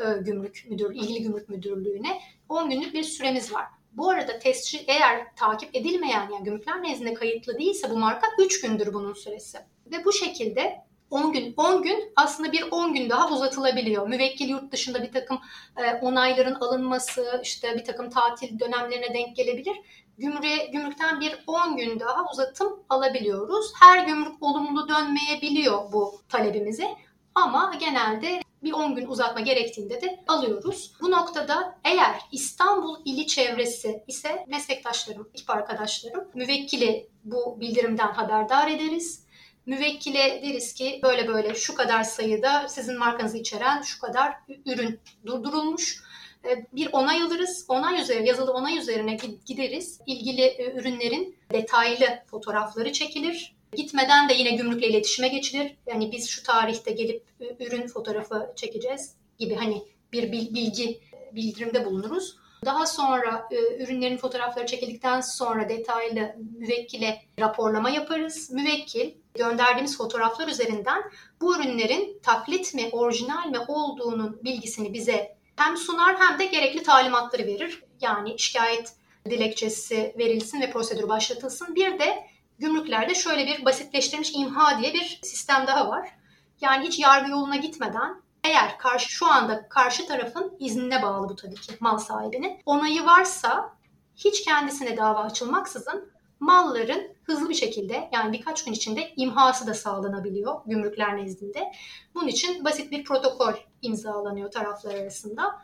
ilgili gümrük müdürlüğüne. 10 günlük bir süremiz var. Bu arada tescil eğer takip edilmeyen, yani gümrükler nezdinde kayıtlı değilse bu marka 3 gündür bunun süresi. Ve bu şekilde 10 gün aslında bir 10 gün daha uzatılabiliyor. Müvekkil yurt dışında bir takım onayların alınması, işte bir takım tatil dönemlerine denk gelebilir. Gümrükten bir 10 gün daha uzatım alabiliyoruz. Her gümrük olumlu dönmeyebiliyor bu talebimize ama genelde bir 10 gün uzatma gerektiğinde de alıyoruz. Bu noktada eğer İstanbul ili çevresi ise meslektaşlarım, ekip arkadaşlarım müvekkili bu bildirimden haberdar ederiz. Müvekkile deriz ki böyle şu kadar sayıda sizin markanızı içeren şu kadar ürün durdurulmuş. Bir onay alırız. Yazılı onay üzerine gideriz. İlgili ürünlerin detaylı fotoğrafları çekilir. Gitmeden de yine gümrükle iletişime geçilir. Yani biz şu tarihte gelip ürün fotoğrafı çekeceğiz gibi hani bir bildirimde bulunuruz. Daha sonra ürünlerin fotoğrafları çekildikten sonra detaylı müvekkile raporlama yaparız. Müvekkil gönderdiğimiz fotoğraflar üzerinden bu ürünlerin taklit mi, orijinal mi olduğunun bilgisini bize hem sunar hem de gerekli talimatları verir. Yani şikayet dilekçesi verilsin ve prosedür başlatılsın. Bir de gümrüklerde şöyle bir basitleştirilmiş imha diye bir sistem daha var. Yani hiç yargı yoluna gitmeden, eğer şu anda karşı tarafın iznine bağlı bu tabii ki, mal sahibinin onayı varsa hiç kendisine dava açılmaksızın malların hızlı bir şekilde, yani birkaç gün içinde imhası da sağlanabiliyor gümrükler nezdinde. Bunun için basit bir protokol imzalanıyor taraflar arasında.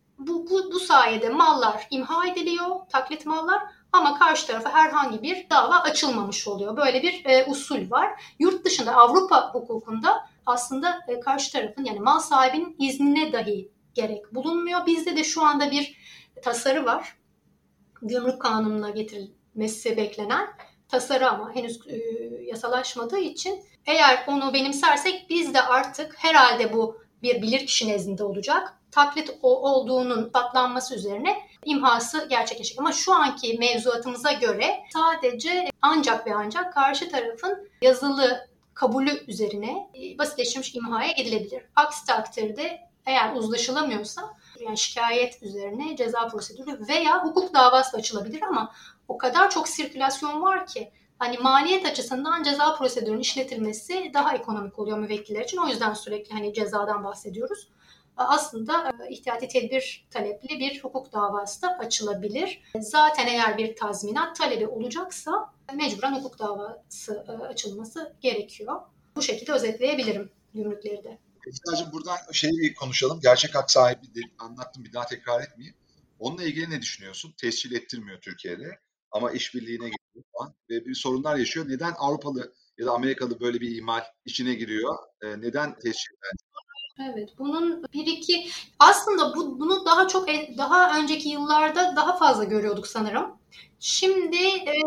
Bu sayede mallar imha ediliyor, taklit mallar, ama karşı tarafa herhangi bir dava açılmamış oluyor. Böyle bir usul var. Yurt dışında, Avrupa hukukunda aslında karşı tarafın, yani mal sahibinin iznine dahi gerek bulunmuyor. Bizde de şu anda bir tasarı var. Gümrük kanununa getirilmesi beklenen tasarı ama henüz yasalaşmadığı için eğer onu benimsersek biz de artık herhalde bu bir bilirkişi nezdinde olacak. Taklit olduğunun patlanması üzerine imhası gerçekleşecek. Ama şu anki mevzuatımıza göre sadece ancak ve ancak karşı tarafın yazılı kabulü üzerine basitleştirilmiş imhaya gidilebilir. Aksi takdirde eğer uzlaşılamıyorsa Yani şikayet üzerine ceza prosedürü veya hukuk davası açılabilir ama o kadar çok sirkülasyon var ki hani maliyet açısından ceza prosedürünün işletilmesi daha ekonomik oluyor müvekkiller için. O yüzden sürekli hani cezadan bahsediyoruz. Aslında ihtiyati tedbir talepli bir hukuk davası da açılabilir. Zaten eğer bir tazminat talebi olacaksa mecburen hukuk davası açılması gerekiyor. Bu şekilde özetleyebilirim gümrükleri de. Esra'cığım buradan bir konuşalım. Gerçek hak sahibi anlattım, bir daha tekrar etmeyeyim. Onunla ilgili ne düşünüyorsun? Tescil ettirmiyor Türkiye'de ama işbirliğine giriyor falan ve bir sorunlar yaşıyor. Neden Avrupalı ya da Amerikalı böyle bir ihmal içine giriyor? Neden tescil? Evet, bunun bir iki aslında bunu daha önceki yıllarda daha fazla görüyorduk sanırım. Şimdi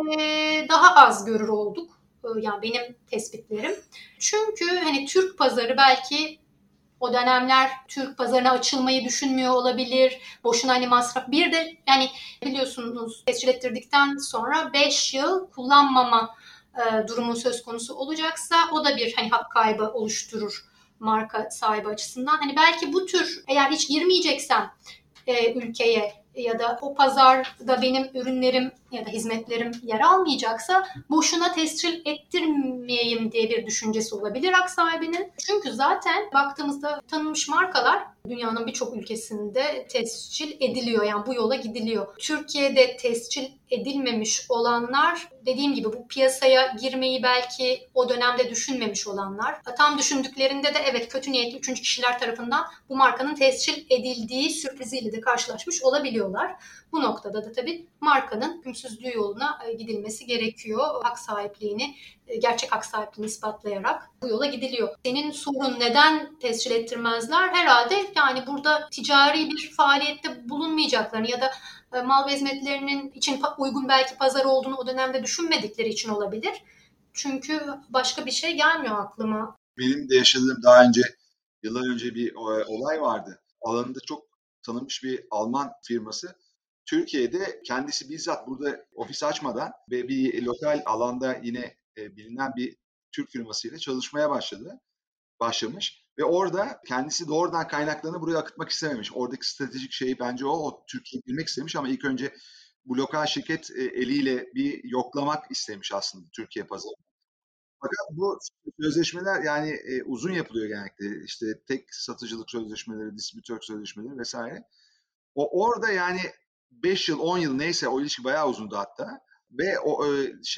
daha az görür olduk. Yani benim tespitlerim. Çünkü hani Türk pazarı belki o dönemler Türk pazarına açılmayı düşünmüyor olabilir. Boşuna hani masraf. Bir de yani biliyorsunuz tescil ettirdikten sonra 5 yıl kullanmama durumu söz konusu olacaksa o da bir hani hak kaybı oluşturur marka sahibi açısından. Hani belki bu tür eğer hiç girmeyeceksem ülkeye ya da o pazarda benim ürünlerim ya da hizmetlerim yer almayacaksa boşuna tescil ettirmeyeyim diye bir düşüncesi olabilir hak sahibinin. Çünkü zaten baktığımızda tanınmış markalar dünyanın birçok ülkesinde tescil ediliyor. Yani bu yola gidiliyor. Türkiye'de tescil edilmemiş olanlar dediğim gibi bu piyasaya girmeyi belki o dönemde düşünmemiş olanlar. Tam düşündüklerinde de evet kötü niyetli üçüncü kişiler tarafından bu markanın tescil edildiği sürpriziyle de karşılaşmış olabiliyorlar. Bu noktada da tabii markanın hükümsüzlüğü yoluna gidilmesi gerekiyor. Hak sahipliğini, gerçek hak sahipliğini ispatlayarak bu yola gidiliyor. Senin sorun neden tescil ettirmezler? Herhalde yani burada ticari bir faaliyette bulunmayacaklarını ya da mal ve hizmetlerinin için uygun belki pazar olduğunu o dönemde düşünmedikleri için olabilir. Çünkü başka bir şey gelmiyor aklıma. Benim de yaşadığım daha önce, yıllar önce bir olay vardı. Alanında çok tanınmış bir Alman firması. Türkiye'de kendisi bizzat burada ofis açmadan ve bir lokal alanda yine bilinen bir Türk firmasıyla çalışmaya başlamış ve orada kendisi doğrudan kaynaklarını buraya akıtmak istememiş. Oradaki stratejik şey bence o Türkiye'yi bilmek istemiş ama ilk önce bu lokal şirket eliyle bir yoklamak istemiş aslında Türkiye pazarı. Fakat bu sözleşmeler yani uzun yapılıyor genellikle. İşte tek satıcılık sözleşmeleri, distribütör sözleşmeleri vesaire. Orada yani 5 yıl, 10 yıl neyse o ilişki bayağı uzundu hatta. Ve o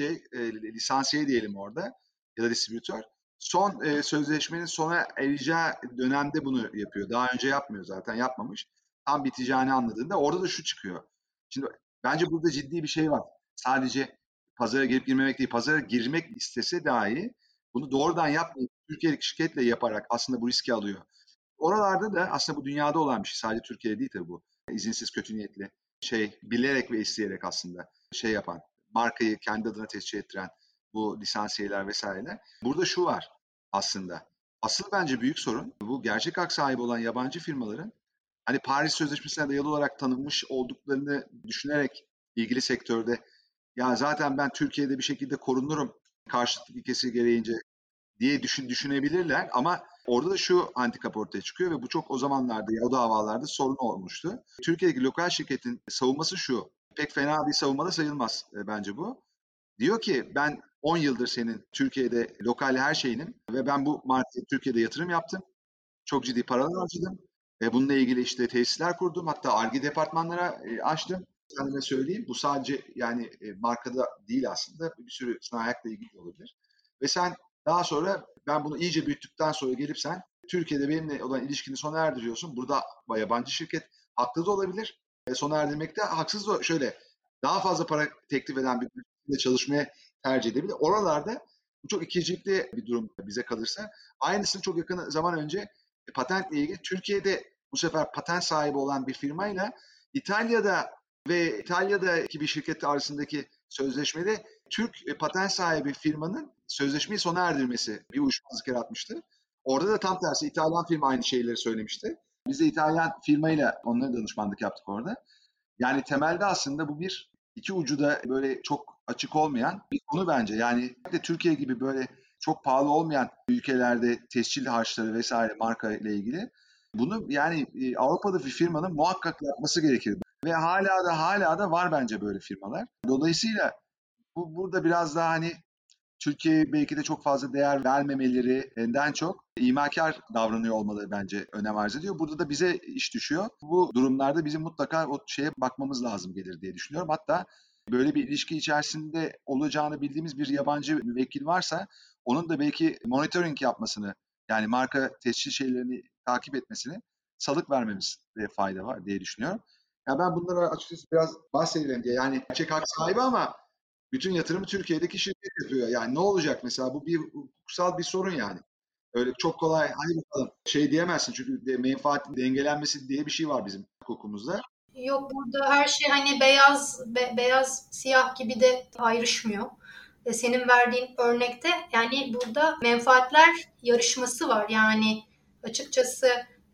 lisansiye diyelim orada ya da distribütör. Son sözleşmenin sona ereceği dönemde bunu yapıyor. Daha önce yapmıyor zaten, yapmamış. Tam biteceğini anladığında orada da şu çıkıyor. Şimdi bence burada ciddi bir şey var. Sadece pazara girip girmemek değil, pazara girmek istese dahi bunu doğrudan yapmayıp Türkiye'deki şirketle yaparak aslında bu riski alıyor. Oralarda da aslında bu dünyada olan bir şey. Sadece Türkiye'de değil tabii bu. İzinsiz, kötü niyetli, bilerek ve isteyerek aslında yapan, markayı kendi adına tescil ettiren bu lisansiyeler vesaireler. Burada şu var aslında. Asıl bence büyük sorun bu gerçek hak sahibi olan yabancı firmaların hani Paris Sözleşmesi'ne dayalı olarak tanınmış olduklarını düşünerek ilgili sektörde ya zaten ben Türkiye'de bir şekilde korunurum karşıtlık ilkesi gereğince diye düşünebilirler ama orada da şu handikap ortaya çıkıyor ve bu çok o zamanlarda ya o davalarda sorun olmuştu. Türkiye'deki lokal şirketin savunması şu. Pek fena bir savunma da sayılmaz bence bu. Diyor ki ben 10 yıldır senin Türkiye'de lokal her şeyinim ve ben bu markete Türkiye'de yatırım yaptım. Çok ciddi paralar harcadım. Ve bununla ilgili işte tesisler kurdum. Hatta Ar-Ge departmanlara açtım. Kendime söyleyeyim. Bu sadece yani markada değil aslında. Bir sürü sanayakla ilgili olabilir. Ve sen daha sonra ben bunu iyice büyüttükten sonra gelip sen Türkiye'de benimle olan ilişkini sona erdiriyorsun. Burada yabancı şirket haklı da olabilir. Sona erdirmekte haksız da şöyle daha fazla para teklif eden bir şirketle çalışmaya tercih edebilir. Oralarda bu çok ikircikli bir durum bize kalırsa. Aynısını çok yakın zaman önce patentle ilgili Türkiye'de bu sefer patent sahibi olan bir firmayla İtalya'daki bir şirket arasındaki sözleşmede Türk patent sahibi firmanın sözleşmeyi sona erdirmesi bir uyuşmazlık yaratmıştı. Orada da tam tersi İtalyan firma aynı şeyleri söylemişti. Biz de İtalyan firmayla onlara danışmanlık yaptık orada. Yani temelde aslında bu iki ucu da böyle çok açık olmayan bir konu bence. Yani Türkiye gibi böyle çok pahalı olmayan ülkelerde tescil harçları vesaire marka ile ilgili Bunu yani Avrupa'da bir firmanın muhakkak yapması gerekir. Ve hala da var bence böyle firmalar. Dolayısıyla burada biraz daha hani Türkiye'ye belki de çok fazla değer vermemelerinden çok imakar davranıyor olmaları bence önem arz ediyor. Burada da bize iş düşüyor. Bu durumlarda bizim mutlaka o şeye bakmamız lazım gelir diye düşünüyorum. Hatta böyle bir ilişki içerisinde olacağını bildiğimiz bir yabancı müvekkil varsa onun da belki monitoring yapmasını, yani marka tescil şeylerini takip etmesini salık vermemizde fayda var diye düşünüyorum. Ya ben bunlara açıkçası biraz bahsedelim diye. Yani gerçek hak sahibi ama bütün yatırımı Türkiye'deki şirket yapıyor. Yani ne olacak mesela? Bu bir hukuksal bir sorun yani. Öyle çok kolay hadi bakalım şey diyemezsin çünkü menfaatin dengelenmesi diye bir şey var bizim hukukumuzda. Yok, burada her şey hani beyaz siyah gibi de ayrışmıyor. Senin verdiğin örnekte yani burada menfaatler yarışması var. Yani açıkçası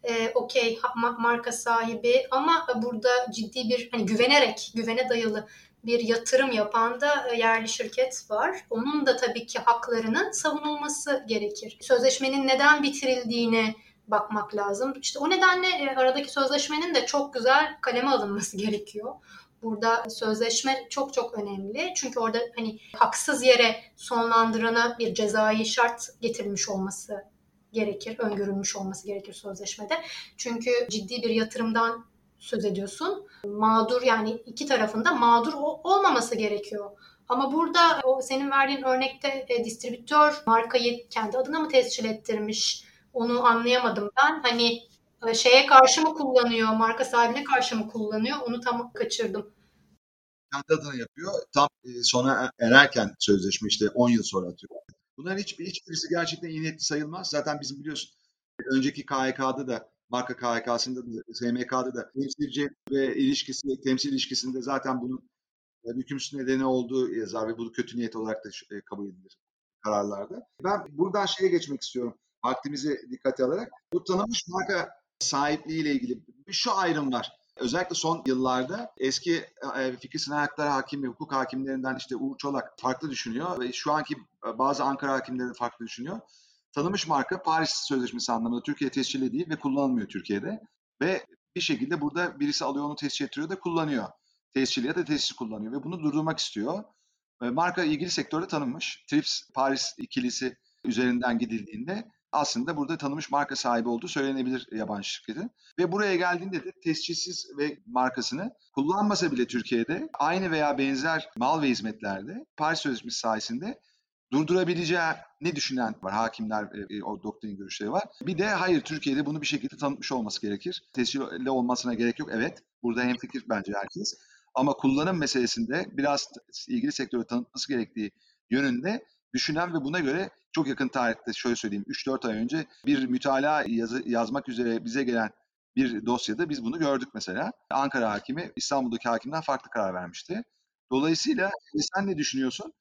okey marka sahibi ama burada ciddi bir hani güvene dayalı bir yatırım yapan da yerli şirket var. Onun da tabii ki haklarının savunulması gerekir. Sözleşmenin neden bitirildiğine bakmak lazım. İşte o nedenle aradaki sözleşmenin de çok güzel kaleme alınması gerekiyor. Burada sözleşme çok çok önemli. Çünkü orada hani haksız yere sonlandırana bir cezai şart getirilmiş olması gerekir, öngörülmüş olması gerekir sözleşmede. Çünkü ciddi bir yatırımdan söz ediyorsun. Mağdur, yani iki tarafında mağdur olmaması gerekiyor. Ama burada o senin verdiğin örnekte distribütör markayı kendi adına mı tescil ettirmiş? Onu anlayamadım ben. Hani şeye karşı mı kullanıyor, marka sahibine karşı mı kullanıyor? Onu tam kaçırdım. Kendi adına yapıyor. Tam sona ererken sözleşme işte 10 yıl sonra atıyor. Bunların hiçbirisi gerçekten iyi niyetli sayılmaz. Zaten bizim biliyorsun önceki KHK'da da marka KHK'sında da SMK'da da temsilci ve temsil ilişkisinde zaten bunun hükümsüz nedeni olduğu yazar ve bu kötü niyet olarak da kabul edilir kararlarda. Ben buradan şeye geçmek istiyorum. Vaktimizi dikkate alarak. Bu tanınmış marka sahipliği ile ilgili şu ayrım var. Özellikle son yıllarda eski fikir sınai hakları hakimi, hukuk hakimlerinden işte Uğur Çolak farklı düşünüyor ve şu anki bazı Ankara hakimleri de farklı düşünüyor. Tanınmış marka Paris Sözleşmesi anlamında Türkiye tescilli değil ve kullanılmıyor Türkiye'de. Ve bir şekilde burada birisi alıyor onu tescil ettiriyor da kullanıyor. Tescil ya da tescil kullanıyor ve bunu durdurmak istiyor. Marka ilgili sektörde tanınmış. TRIPS Paris ikilisi üzerinden gidildiğinde aslında burada tanınmış marka sahibi olduğu söylenebilir yabancı şirketin. Ve buraya geldiğinde de tescilsiz ve markasını kullanmasa bile Türkiye'de aynı veya benzer mal ve hizmetlerde Paris Sözleşmesi sayesinde durdurabileceğini düşünen var. Hakimler o doktrin görüşleri var. Bir de hayır, Türkiye'de bunu bir şekilde tanıtmış olması gerekir. Tescilli olmasına gerek yok. Evet. Burada hemfikir bence herkes. Ama kullanım meselesinde biraz ilgili sektörü tanıtması gerektiği yönünde düşünen ve buna göre çok yakın tarihte şöyle söyleyeyim 3-4 ay önce bir mütalaa yazmak üzere bize gelen bir dosyada biz bunu gördük mesela. Ankara hakimi İstanbul'daki hakimden farklı karar vermişti. Dolayısıyla sen ne düşünüyorsun?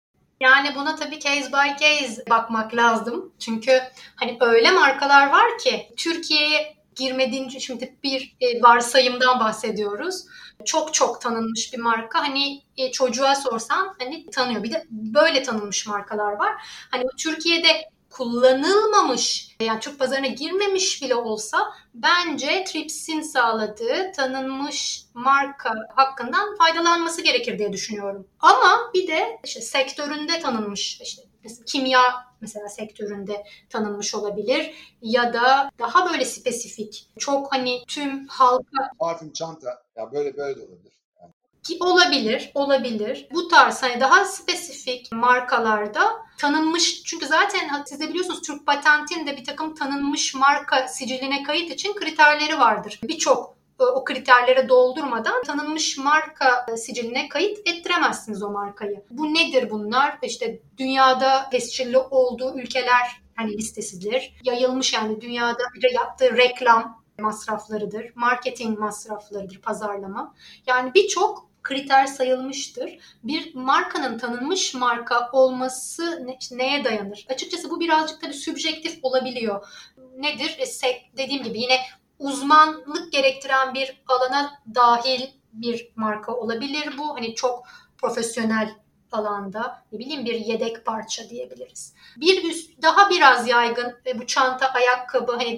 Yani buna tabii case by case bakmak lazım. Çünkü hani öyle markalar var ki Türkiye'ye girmediğince, şimdi bir varsayımdan bahsediyoruz. Çok çok tanınmış bir marka. Hani çocuğa sorsan hani tanıyor. Bir de böyle tanınmış markalar var. Hani Türkiye'de kullanılmamış, yani Türk pazarına girmemiş bile olsa bence TRIPS'in sağladığı tanınmış marka hakkından faydalanması gerekir diye düşünüyorum. Ama bir de işte sektöründe tanınmış, işte kimya mesela sektöründe tanınmış olabilir ya da daha böyle spesifik, çok hani tüm halka Parfüm, çanta, ya böyle de olabilir. ki olabilir. Bu tarz hani daha spesifik markalarda tanınmış, çünkü zaten siz de biliyorsunuz Türk Patent'in de bir takım tanınmış marka siciline kayıt için kriterleri vardır. Birçok o kriterlere doldurmadan tanınmış marka siciline kayıt ettiremezsiniz o markayı. Bu nedir bunlar? İşte dünyada tescilli olduğu ülkeler hani listesidir. Yayılmış, yani dünyada yaptığı reklam masraflarıdır, marketing masraflarıdır, pazarlama. Yani birçok kriter sayılmıştır. Bir markanın tanınmış marka olması neye dayanır? Açıkçası bu birazcık da bir sübjektif olabiliyor. Nedir? Dediğim gibi yine uzmanlık gerektiren bir alana dahil bir marka olabilir bu. Hani çok profesyonel alanda, ne bileyim, bir yedek parça diyebiliriz. Daha biraz yaygın bu çanta, ayakkabı, hani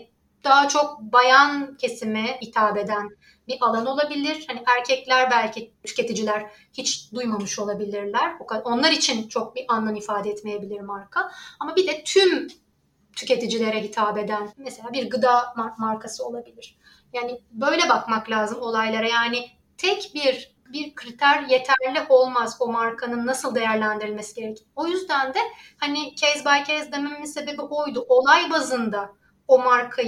daha çok bayan kesime hitap eden bir alan olabilir. Hani erkekler belki tüketiciler hiç duymamış olabilirler. Onlar için çok bir anlam ifade etmeyebilir marka. Ama bir de tüm tüketicilere hitap eden mesela bir gıda markası olabilir. Yani böyle bakmak lazım olaylara. Yani tek bir kriter yeterli olmaz o markanın nasıl değerlendirilmesi gerekir. O yüzden de hani case by case dememin sebebi oydu. Olay bazında o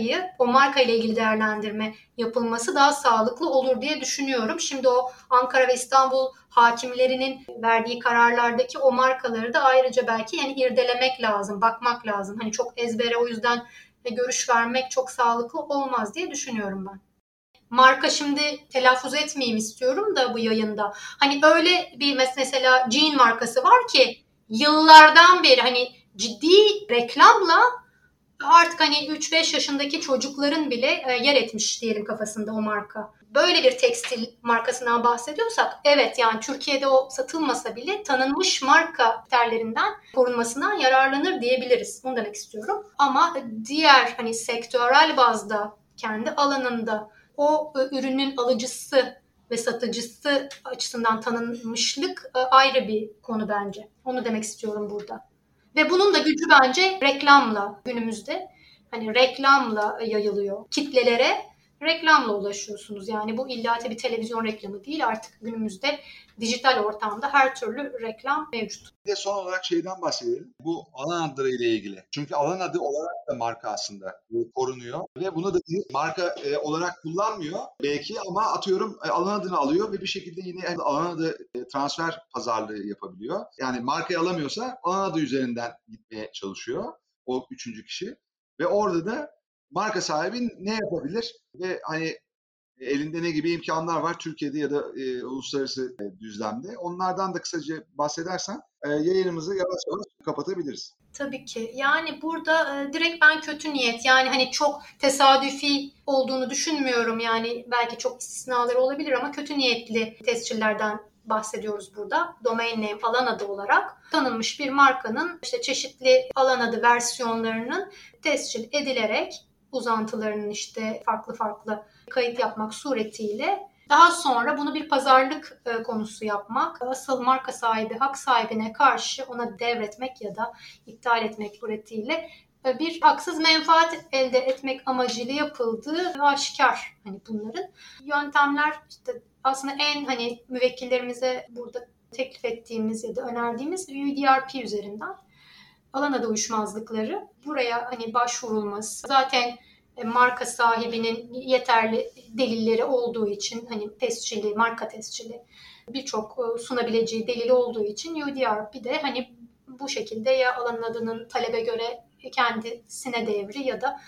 marka ile ilgili değerlendirme yapılması daha sağlıklı olur diye düşünüyorum. Şimdi o Ankara ve İstanbul hakimlerinin verdiği kararlardaki o markaları da ayrıca belki yani irdelemek lazım, bakmak lazım. Hani çok ezbere o yüzden görüş vermek çok sağlıklı olmaz diye düşünüyorum ben. Marka şimdi telaffuz etmeyeyim istiyorum da bu yayında. Hani öyle bir mesela jean markası var ki yıllardan beri hani ciddi reklamla artık hani 3-5 yaşındaki çocukların bile yer etmiş diyelim kafasında o marka. Böyle bir tekstil markasından bahsediyorsak evet yani Türkiye'de o satılmasa bile tanınmış marka kriterlerinden korunmasından yararlanır diyebiliriz. Bunu demek istiyorum. Ama diğer hani sektörel bazda kendi alanında o ürünün alıcısı ve satıcısı açısından tanınmışlık ayrı bir konu bence. Onu demek istiyorum burada. Ve bunun da gücü bence reklamla günümüzde hani reklamla yayılıyor. Kitlelere reklamla ulaşıyorsunuz. Yani bu illa tabii televizyon reklamı değil artık günümüzde dijital ortamda her türlü reklam mevcut. Bir de son olarak şeyden bahsedelim. Bu alan adları ile ilgili. Çünkü alan adı olarak da marka aslında korunuyor. Ve bunu da bir marka olarak kullanmıyor belki ama atıyorum alan adını alıyor ve bir şekilde yine alan adı transfer pazarlığı yapabiliyor. Yani markayı alamıyorsa alan adı üzerinden gitmeye çalışıyor o üçüncü kişi. Ve orada da marka sahibi ne yapabilir? Ve hani elinde ne gibi imkanlar var Türkiye'de ya da uluslararası düzlemde. Onlardan da kısaca bahsedersen yayınımızı yavaş yavaş kapatabiliriz. Tabii ki. Yani burada direkt ben kötü niyet yani hani çok tesadüfi olduğunu düşünmüyorum. Yani belki çok istisnaları olabilir ama kötü niyetli tescillerden bahsediyoruz burada. Domain name alan adı olarak tanınmış bir markanın işte çeşitli alan adı versiyonlarının tescil edilerek uzantılarının işte farklı kayıt yapmak suretiyle daha sonra bunu bir pazarlık konusu yapmak, asıl marka sahibi, hak sahibine karşı ona devretmek ya da iptal etmek suretiyle bir haksız menfaat elde etmek amacıyla yapıldığı aşikar. Hani bunların yöntemler işte aslında en hani müvekkillerimize burada teklif ettiğimiz ya da önerdiğimiz UDRP üzerinden alan adı uyuşmazlıkları buraya hani başvurulması zaten marka sahibinin yeterli delilleri olduğu için hani tescili, marka tescili birçok sunabileceği delili olduğu için UDRP de hani bu şekilde ya alanın adının talebe göre kendisine devri ya da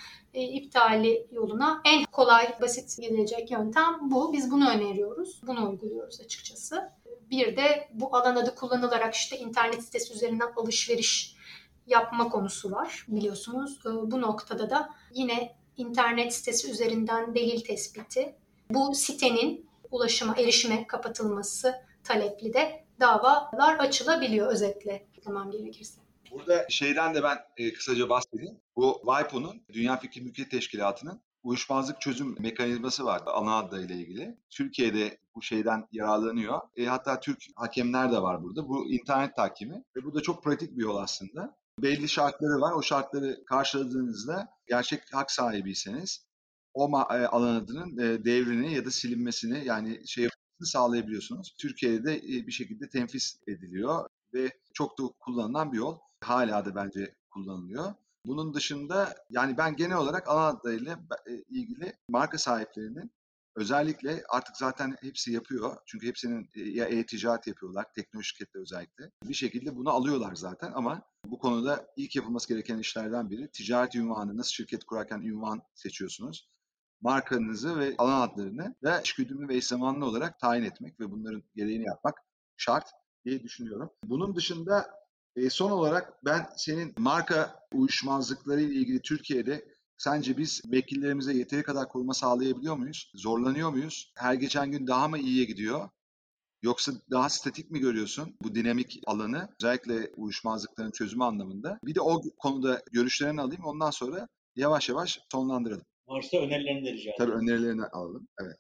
iptali yoluna en kolay, basit gidilecek yöntem bu. Biz bunu öneriyoruz. Bunu uyguluyoruz açıkçası. Bir de bu alan adı kullanılarak işte internet sitesi üzerinden alışveriş yapma konusu var biliyorsunuz. Bu noktada da yine internet sitesi üzerinden delil tespiti, bu sitenin erişime kapatılması talepli de davalar açılabiliyor özetle demem gerekirse. Burada şeyden de ben kısaca bahsedeyim. Bu WIPO'nun, Dünya Fikri Mülkiyet Teşkilatı'nın uyuşmazlık çözüm mekanizması var alan adıyla ilgili. Türkiye'de bu şeyden yararlanıyor. Hatta Türk hakemler de var burada. Bu internet hakimi ve bu da çok pratik bir yol aslında. Belli şartları var. O şartları karşıladığınızda gerçek hak sahibiyseniz o alan adının devrini ya da silinmesini yani sağlayabiliyorsunuz. Türkiye'de de bir şekilde tenfis ediliyor ve çok da kullanılan bir yol. Hala da bence kullanılıyor. Bunun dışında yani ben genel olarak alan adlarıyla ilgili marka sahiplerinin özellikle artık zaten hepsi yapıyor. Çünkü hepsinin ya e-ticaret yapıyorlar, teknoloji şirketleri özellikle. Bir şekilde bunu alıyorlar zaten ama bu konuda ilk yapılması gereken işlerden biri ticaret ünvanı. Nasıl şirket kurarken ünvan seçiyorsunuz? Markanızı ve alan adlarını da eşgüdümlü ve eş zamanlı olarak tayin etmek ve bunların gereğini yapmak şart diye düşünüyorum. Bunun dışında son olarak ben senin marka uyuşmazlıkları ile ilgili Türkiye'de sence biz vekillerimize yeteri kadar koruma sağlayabiliyor muyuz? Zorlanıyor muyuz? Her geçen gün daha mı iyiye gidiyor? Yoksa daha statik mi görüyorsun bu dinamik alanı? Özellikle uyuşmazlıkların çözümü anlamında. Bir de o konuda görüşlerini alayım ondan sonra yavaş yavaş sonlandıralım. Varsa önerilerini de rica ederim. Tabii önerilerini alalım. Evet.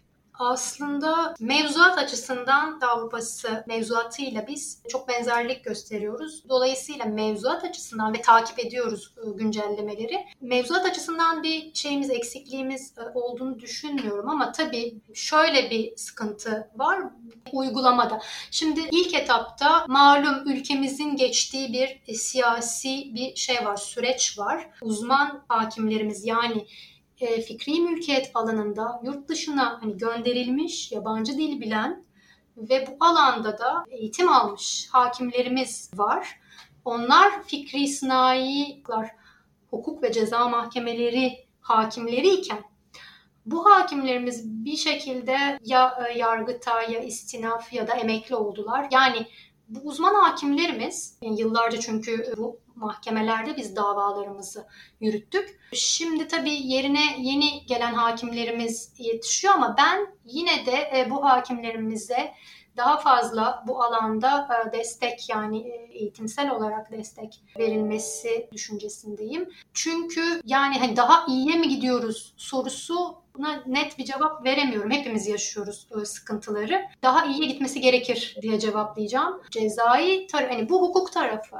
Aslında mevzuat açısından da Avrupa mevzuatıyla biz çok benzerlik gösteriyoruz. Dolayısıyla mevzuat açısından ve takip ediyoruz güncellemeleri. Mevzuat açısından bir şeyimiz, eksikliğimiz olduğunu düşünmüyorum ama tabii şöyle bir sıkıntı var uygulamada. Şimdi ilk etapta malum ülkemizin geçtiği bir siyasi bir şey var, süreç var. Uzman hakimlerimiz yani fikri mülkiyet alanında yurt dışına gönderilmiş, yabancı dil bilen ve bu alanda da eğitim almış hakimlerimiz var. Onlar fikri sınailer, hukuk ve ceza mahkemeleri hakimleri iken bu hakimlerimiz bir şekilde ya yargıta ya istinaf ya da emekli oldular. Yani bu uzman hakimlerimiz yıllarca çünkü bu mahkemelerde biz davalarımızı yürüttük. Şimdi tabii yerine yeni gelen hakimlerimiz yetişiyor ama ben yine de bu hakimlerimize daha fazla bu alanda destek yani eğitimsel olarak destek verilmesi düşüncesindeyim. Çünkü yani daha iyiye mi gidiyoruz sorusuna net bir cevap veremiyorum. Hepimiz yaşıyoruz sıkıntıları. Daha iyiye gitmesi gerekir diye cevaplayacağım. Cezai bu hukuk tarafı.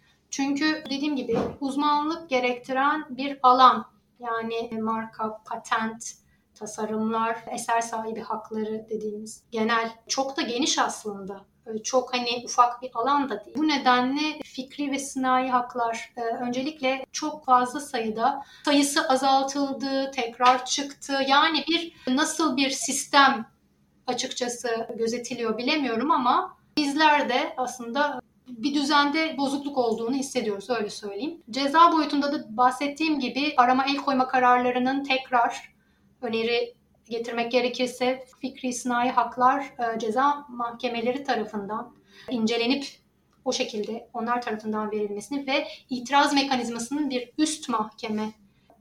Çünkü dediğim gibi uzmanlık gerektiren bir alan. Yani marka, patent, tasarımlar, eser sahibi hakları dediğimiz genel çok da geniş aslında. Çok ufak bir alan da değil. Bu nedenle fikri ve sınai haklar öncelikle çok fazla sayıda sayısı azaltıldı, tekrar çıktı. Yani nasıl bir sistem açıkçası gözetiliyor bilemiyorum ama bizler de aslında bir düzende bozukluk olduğunu hissediyoruz, öyle söyleyeyim. Ceza boyutunda da bahsettiğim gibi arama el koyma kararlarının tekrar öneri getirmek gerekirse fikri sınai haklar ceza mahkemeleri tarafından incelenip o şekilde onlar tarafından verilmesini ve itiraz mekanizmasının bir üst mahkeme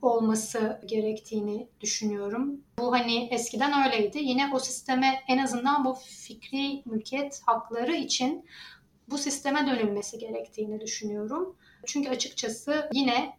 olması gerektiğini düşünüyorum. Bu eskiden öyleydi. Yine o sisteme en azından bu fikri mülkiyet hakları için bu sisteme dönülmesi gerektiğini düşünüyorum. Çünkü açıkçası yine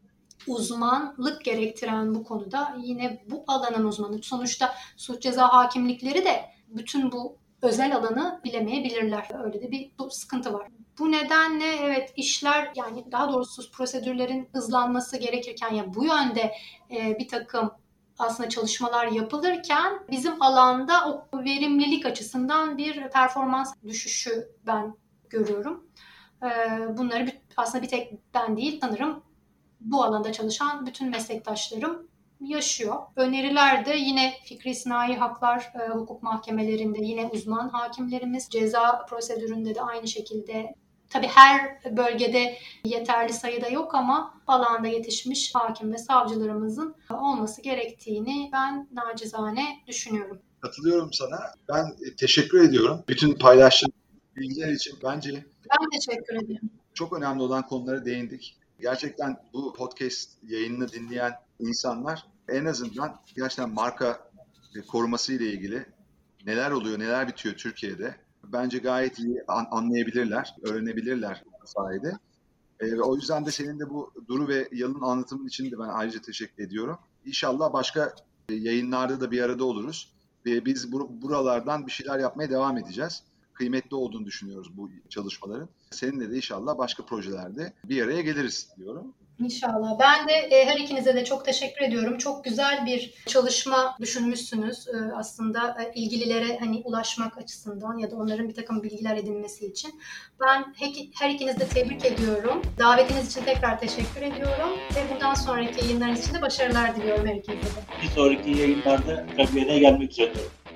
uzmanlık gerektiren bu konuda yine bu alanın uzmanı. Sonuçta suç ceza hakimlikleri de bütün bu özel alanı bilemeyebilirler. Öyle de bir sıkıntı var. Bu nedenle evet işler daha doğrusu prosedürlerin hızlanması gerekirken bu yönde bir takım aslında çalışmalar yapılırken bizim alanda o verimlilik açısından bir performans düşüşü ben görüyorum. Bunları aslında bir tek ben değil sanırım bu alanda çalışan bütün meslektaşlarım yaşıyor. Öneriler de yine fikri sınai haklar hukuk mahkemelerinde yine uzman hakimlerimiz, ceza prosedüründe de aynı şekilde. Tabii her bölgede yeterli sayıda yok ama alanda yetişmiş hakim ve savcılarımızın olması gerektiğini ben nacizane düşünüyorum. Katılıyorum sana. Ben teşekkür ediyorum. Bütün paylaştığın bilgiler için bence ben teşekkür ederim. Çok önemli olan konulara değindik. Gerçekten bu podcast yayınını dinleyen insanlar en azından gerçekten marka koruması ile ilgili neler oluyor, neler bitiyor Türkiye'de bence gayet iyi anlayabilirler, öğrenebilirler bu sayede. O yüzden de senin de bu Duru ve Yalın anlatımın için de ben ayrıca teşekkür ediyorum. İnşallah başka yayınlarda da bir arada oluruz ve biz buralardan bir şeyler yapmaya devam edeceğiz. Kıymetli olduğunu düşünüyoruz bu çalışmaların. Seninle de inşallah başka projelerde bir araya geliriz diyorum. İnşallah. Ben de her ikinize de çok teşekkür ediyorum. Çok güzel bir çalışma düşünmüşsünüz. Aslında ilgililere ulaşmak açısından ya da onların bir takım bilgiler edinmesi için. Ben her ikinizi de tebrik ediyorum. Davetiniz için tekrar teşekkür ediyorum. Ve bundan sonraki yayınlarınız için de başarılar diliyorum her ikinize de. Bir sonraki yayınlarda Kabiye'ne gelmek üzere.